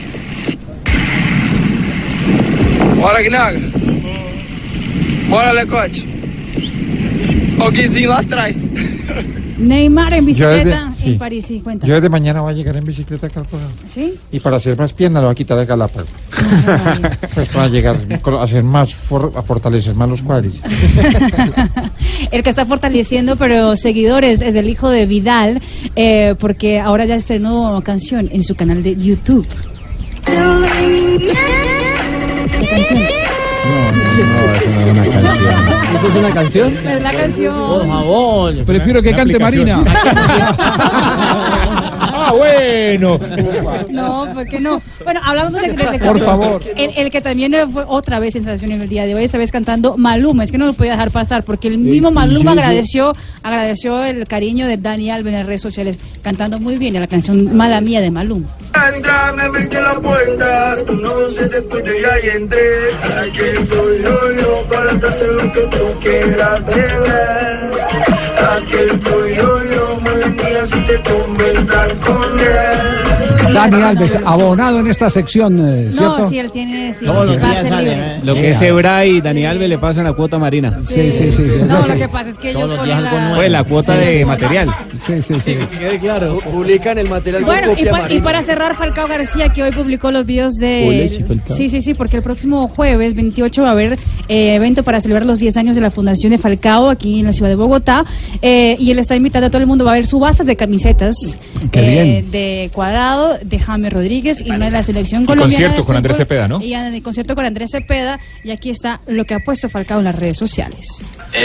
¡Órale, Guinaga! ¡Órale, coach! O Guizinho lá atrás. Neymar en bicicleta en París, sí, cuéntame. Yo desde mañana voy a llegar en bicicleta acá al programa. ¿Sí? Y para hacer más piernas le voy a quitar el Galápagos. Pues para llegar a hacer más, a fortalecer más los cuádriceps. El que está fortaleciendo, pero seguidores, es el hijo de Vidal, porque ahora ya estrenó canción en su canal de YouTube. ¿Qué canción? ¿Esto es una canción? Es la canción. Por favor. Prefiero que cante Marina. bueno. No, ¿por qué no? Bueno, hablamos de Por favor. El que también fue otra vez sensación en el día de hoy, esta vez cantando Maluma. Es que no lo podía dejar pasar, porque el mismo Maluma agradeció el cariño de Dani Alves en las redes sociales, cantando muy bien la canción Mala Mía de Maluma. Entra, me metí la puerta, tú no se descuide y ahí entré. Aquí estoy yo para darte lo que tú quieras beber. Aquí estoy yo, madre mía, si te conventas con él. Dani Alves, abonado en esta sección, ¿cierto? No, sí, él tiene... Sí, todos los días sale, lo que es Ebra y Dani Alves le pasan la cuota marina. Sí. No, lo que pasa es que ellos ponen pues la cuota de material. Sí. Que quede claro. Publican el material bueno, con copia y para cerrar, Falcao García, que hoy publicó los videos de... Sí, porque el próximo jueves 28 va a haber evento para celebrar los 10 años de la Fundación de Falcao aquí en la ciudad de Bogotá, y él está invitando a todo el mundo, va a haber subastas de camisetas de Cuadrado, de James Rodríguez y una de la selección colombiana. Concierto con Andrés Cepeda, ¿no? Y en el concierto con Andrés Cepeda, y aquí está lo que ha puesto Falcao en las redes sociales.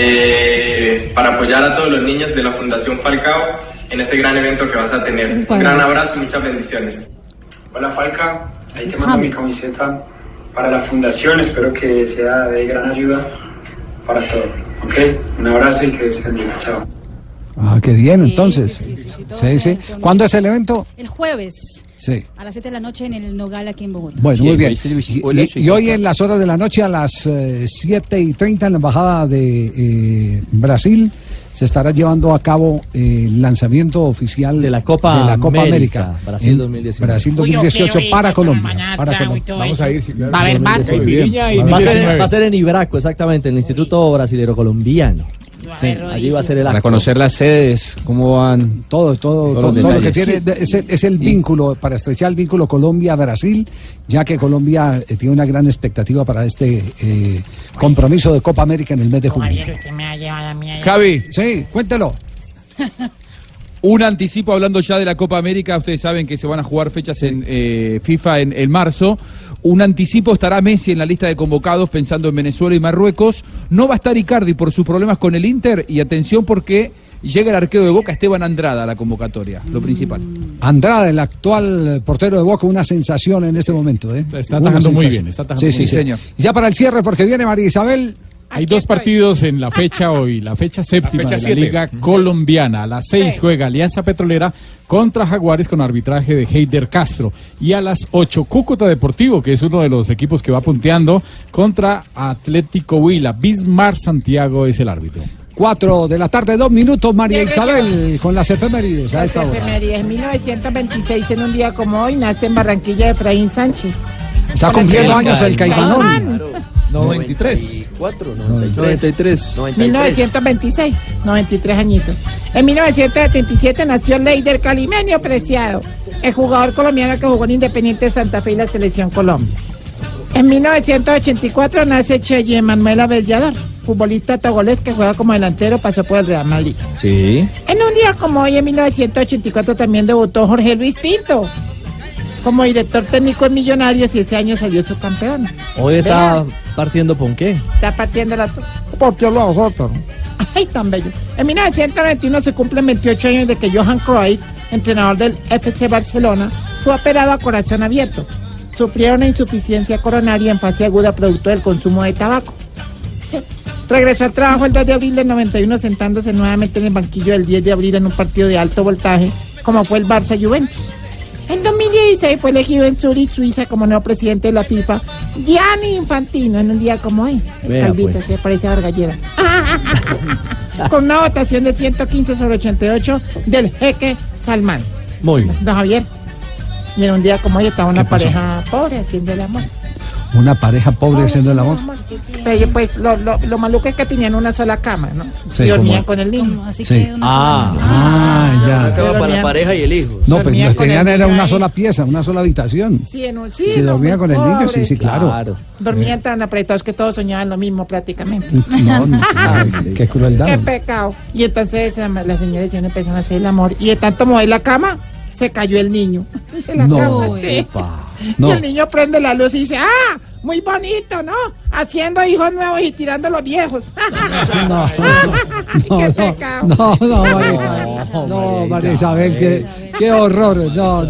Para apoyar a todos los niños de la Fundación Falcao en ese gran evento que vas a tener. Un gran abrazo y muchas bendiciones. Hola Falca, ahí te mando mi camiseta para la fundación, espero que sea de gran ayuda para todo, ¿ok? Un abrazo y que Dios bendiga, chao. Ah, qué bien, entonces. Sí. ¿Cuándo es el evento? El jueves. Sí. A las 7 de la noche en el Nogal aquí en Bogotá. Bueno, muy bien. Y hoy en las horas de la noche a las 7:30 en la embajada de Brasil se estará llevando a cabo el lanzamiento oficial de la Copa América. Brasil 2019. Brasil 2018 para Colombia. Vamos a ir, sí, claro. Va a haber más. Va a ser en Ibraco, exactamente, en el Instituto Brasilero Colombiano. Sí, allí va a ser el acto. Para conocer las sedes, cómo van. Todo lo que tiene es el vínculo, para estrechar el vínculo Colombia-Brasil, ya que Colombia tiene una gran expectativa para este compromiso de Copa América en el mes de junio. Javi. Sí, cuéntelo. Un anticipo, hablando ya de la Copa América, ustedes saben que se van a jugar fechas en FIFA en marzo. Un anticipo, estará Messi en la lista de convocados pensando en Venezuela y Marruecos. No va a estar Icardi por sus problemas con el Inter, y atención porque llega el arquero de Boca, Esteban Andrada, a la convocatoria, lo principal. Andrada, el actual portero de Boca, una sensación en este momento. Está atajando muy bien. Sí, señor. Y ya para el cierre, porque viene María Isabel. Hay dos partidos en la fecha hoy, la fecha séptima de la Liga Colombiana. A las 6 juega Alianza Petrolera contra Jaguares con arbitraje de Heider Castro. Y a las 8 Cúcuta Deportivo, que es uno de los equipos que va punteando, contra Atlético Huila. Bismar Santiago es el árbitro. 4 de la tarde, 2 minutos, María Isabel, con las efemérides a esta hora. En 1926, en un día como hoy, nace en Barranquilla Efraín Sánchez. Está cumpliendo años el Caimanón. 93. 1926, 93 añitos. En 1977 nació Leider Calimenio Preciado, el jugador colombiano que jugó en Independiente de Santa Fe y la Selección Colombia. En 1984 nace Cheye Manuel Avellador, futbolista togolés que juega como delantero, pasó por el Real Madrid. Sí. En un día como hoy, en 1984, también debutó Jorge Luis Pinto como director técnico en Millonarios, y ese año salió su campeón. Hoy está partiendo Ponqué. Está partiendo la... Ay, tan bello. En 1991 se cumplen 28 años de que Johan Cruyff, entrenador del FC Barcelona, fue operado a corazón abierto. Sufrió una insuficiencia coronaria en fase aguda producto del consumo de tabaco. Sí. Regresó al trabajo el 2 de abril del 91, sentándose nuevamente en el banquillo del 10 de abril en un partido de alto voltaje, como fue el Barça Juventus. En 2016 fue elegido en Zurich, Suiza, como nuevo presidente de la FIFA, Gianni Infantino, en un día como hoy. El calvito, pues. Se parece a Vargalleras. Con una votación de 115 sobre 88 del jeque Salman. Muy bien. Don Javier. Y en un día como hoy estaba una pareja pobre haciendo el amor. Una pareja pobre haciendo el amor. Pero pues lo maluco es que tenían una sola cama, ¿no? Sí, y dormían con el niño. Así sí. que una ya. Para la pareja y el hijo. No, pero no tenían, era una sola pieza, una sola habitación. Sí, si dormían con el niño, sí, claro. Dormían tan apretados que todos soñaban lo mismo prácticamente. No, qué crueldad. Qué pecado. Y entonces la señora decía, empezaron a hacer el amor. Y de tanto mover la cama, se cayó el niño. No. Y el niño prende la luz y dice, ¡ah! Muy bonito, ¿no? Haciendo hijos nuevos y tirando los viejos. No, María Isabel. No, María Isabel, que Qué horror. No.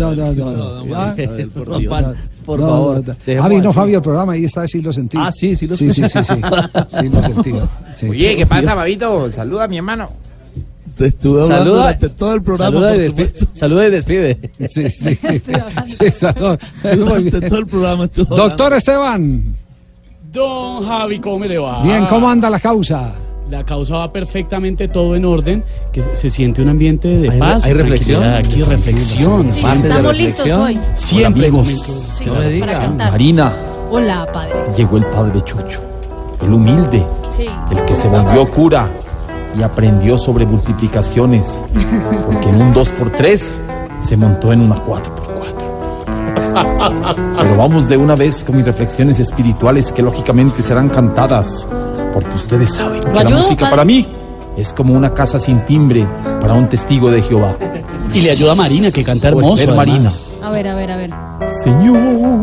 Por favor. Javi, no, Fabio, el programa ahí está, sí lo sentí. Ah, sí lo sentí. Sí, lo sentí. Sí. Oye, ¿qué pasa, Babito? Saluda a mi hermano. Te estuve hablando durante todo el programa. Saluda y despide. Sí, durante todo el programa estuvo hablando. Doctor Esteban. Don Javi, ¿cómo le va? Bien, ¿cómo anda la causa? La causa va perfectamente, todo en orden, que se siente un ambiente de paz. ¿Hay reflexión? Aquí reflexión. Sí, estamos listos hoy. Siempre, amigos. Sí, para cantar. Marina. Hola, padre. Llegó el padre Chucho, el humilde, el que se volvió cura y aprendió sobre multiplicaciones, porque en un 2x3 se montó en una 4x4. Pero vamos de una vez con mis reflexiones espirituales que lógicamente serán cantadas, porque ustedes saben que la música para mí es como una casa sin timbre para un testigo de Jehová. Y le ayuda a Marina, que canta hermoso. Marina. A ver. Señor.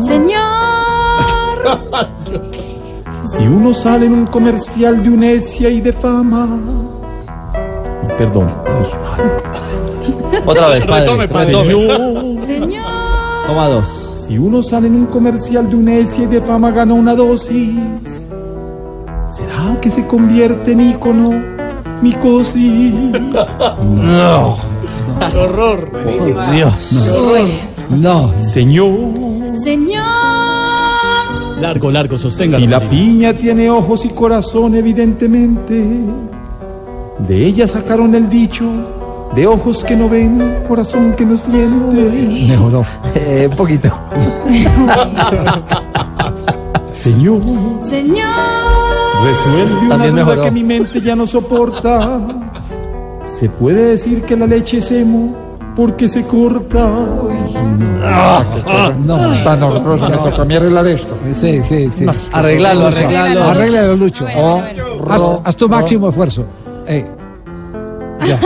Si uno sale en un comercial de Unesia y de fama. Perdón. Otra vez, padre. Señor. Toma 2. Si uno sale en un comercial de Unesia y de fama gana una dosis, ¿será que se convierte en ícono micosis? No. ¡Qué horror! Por Dios. No. Señor. Largo, sostenga. Si la piña tiene ojos y corazón, evidentemente, de ella sacaron el dicho de ojos que no ven, corazón que no siente. Mejoró. Un poquito. Señor. Resuelve una duda que mi mente ya no soporta. ¿Se puede decir que la leche es emo porque se corta? No. Tan horroroso, me toca a mí arreglar esto. Sí. No. Arréglalo, Lucho. Haz tu máximo esfuerzo. Ya.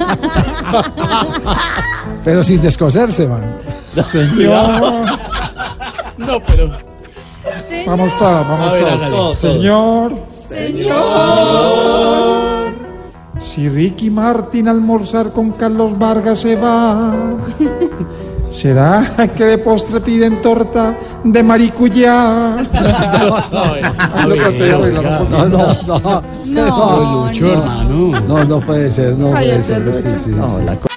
Pero sin descoserse, man. Señor. No, pero... Vamos todos. Señor. Si Ricky Martin a almorzar con Carlos Vargas se va, ¿será que de postre piden torta de maricuyá? No, Lucho, hermano. No puede ser. Sí.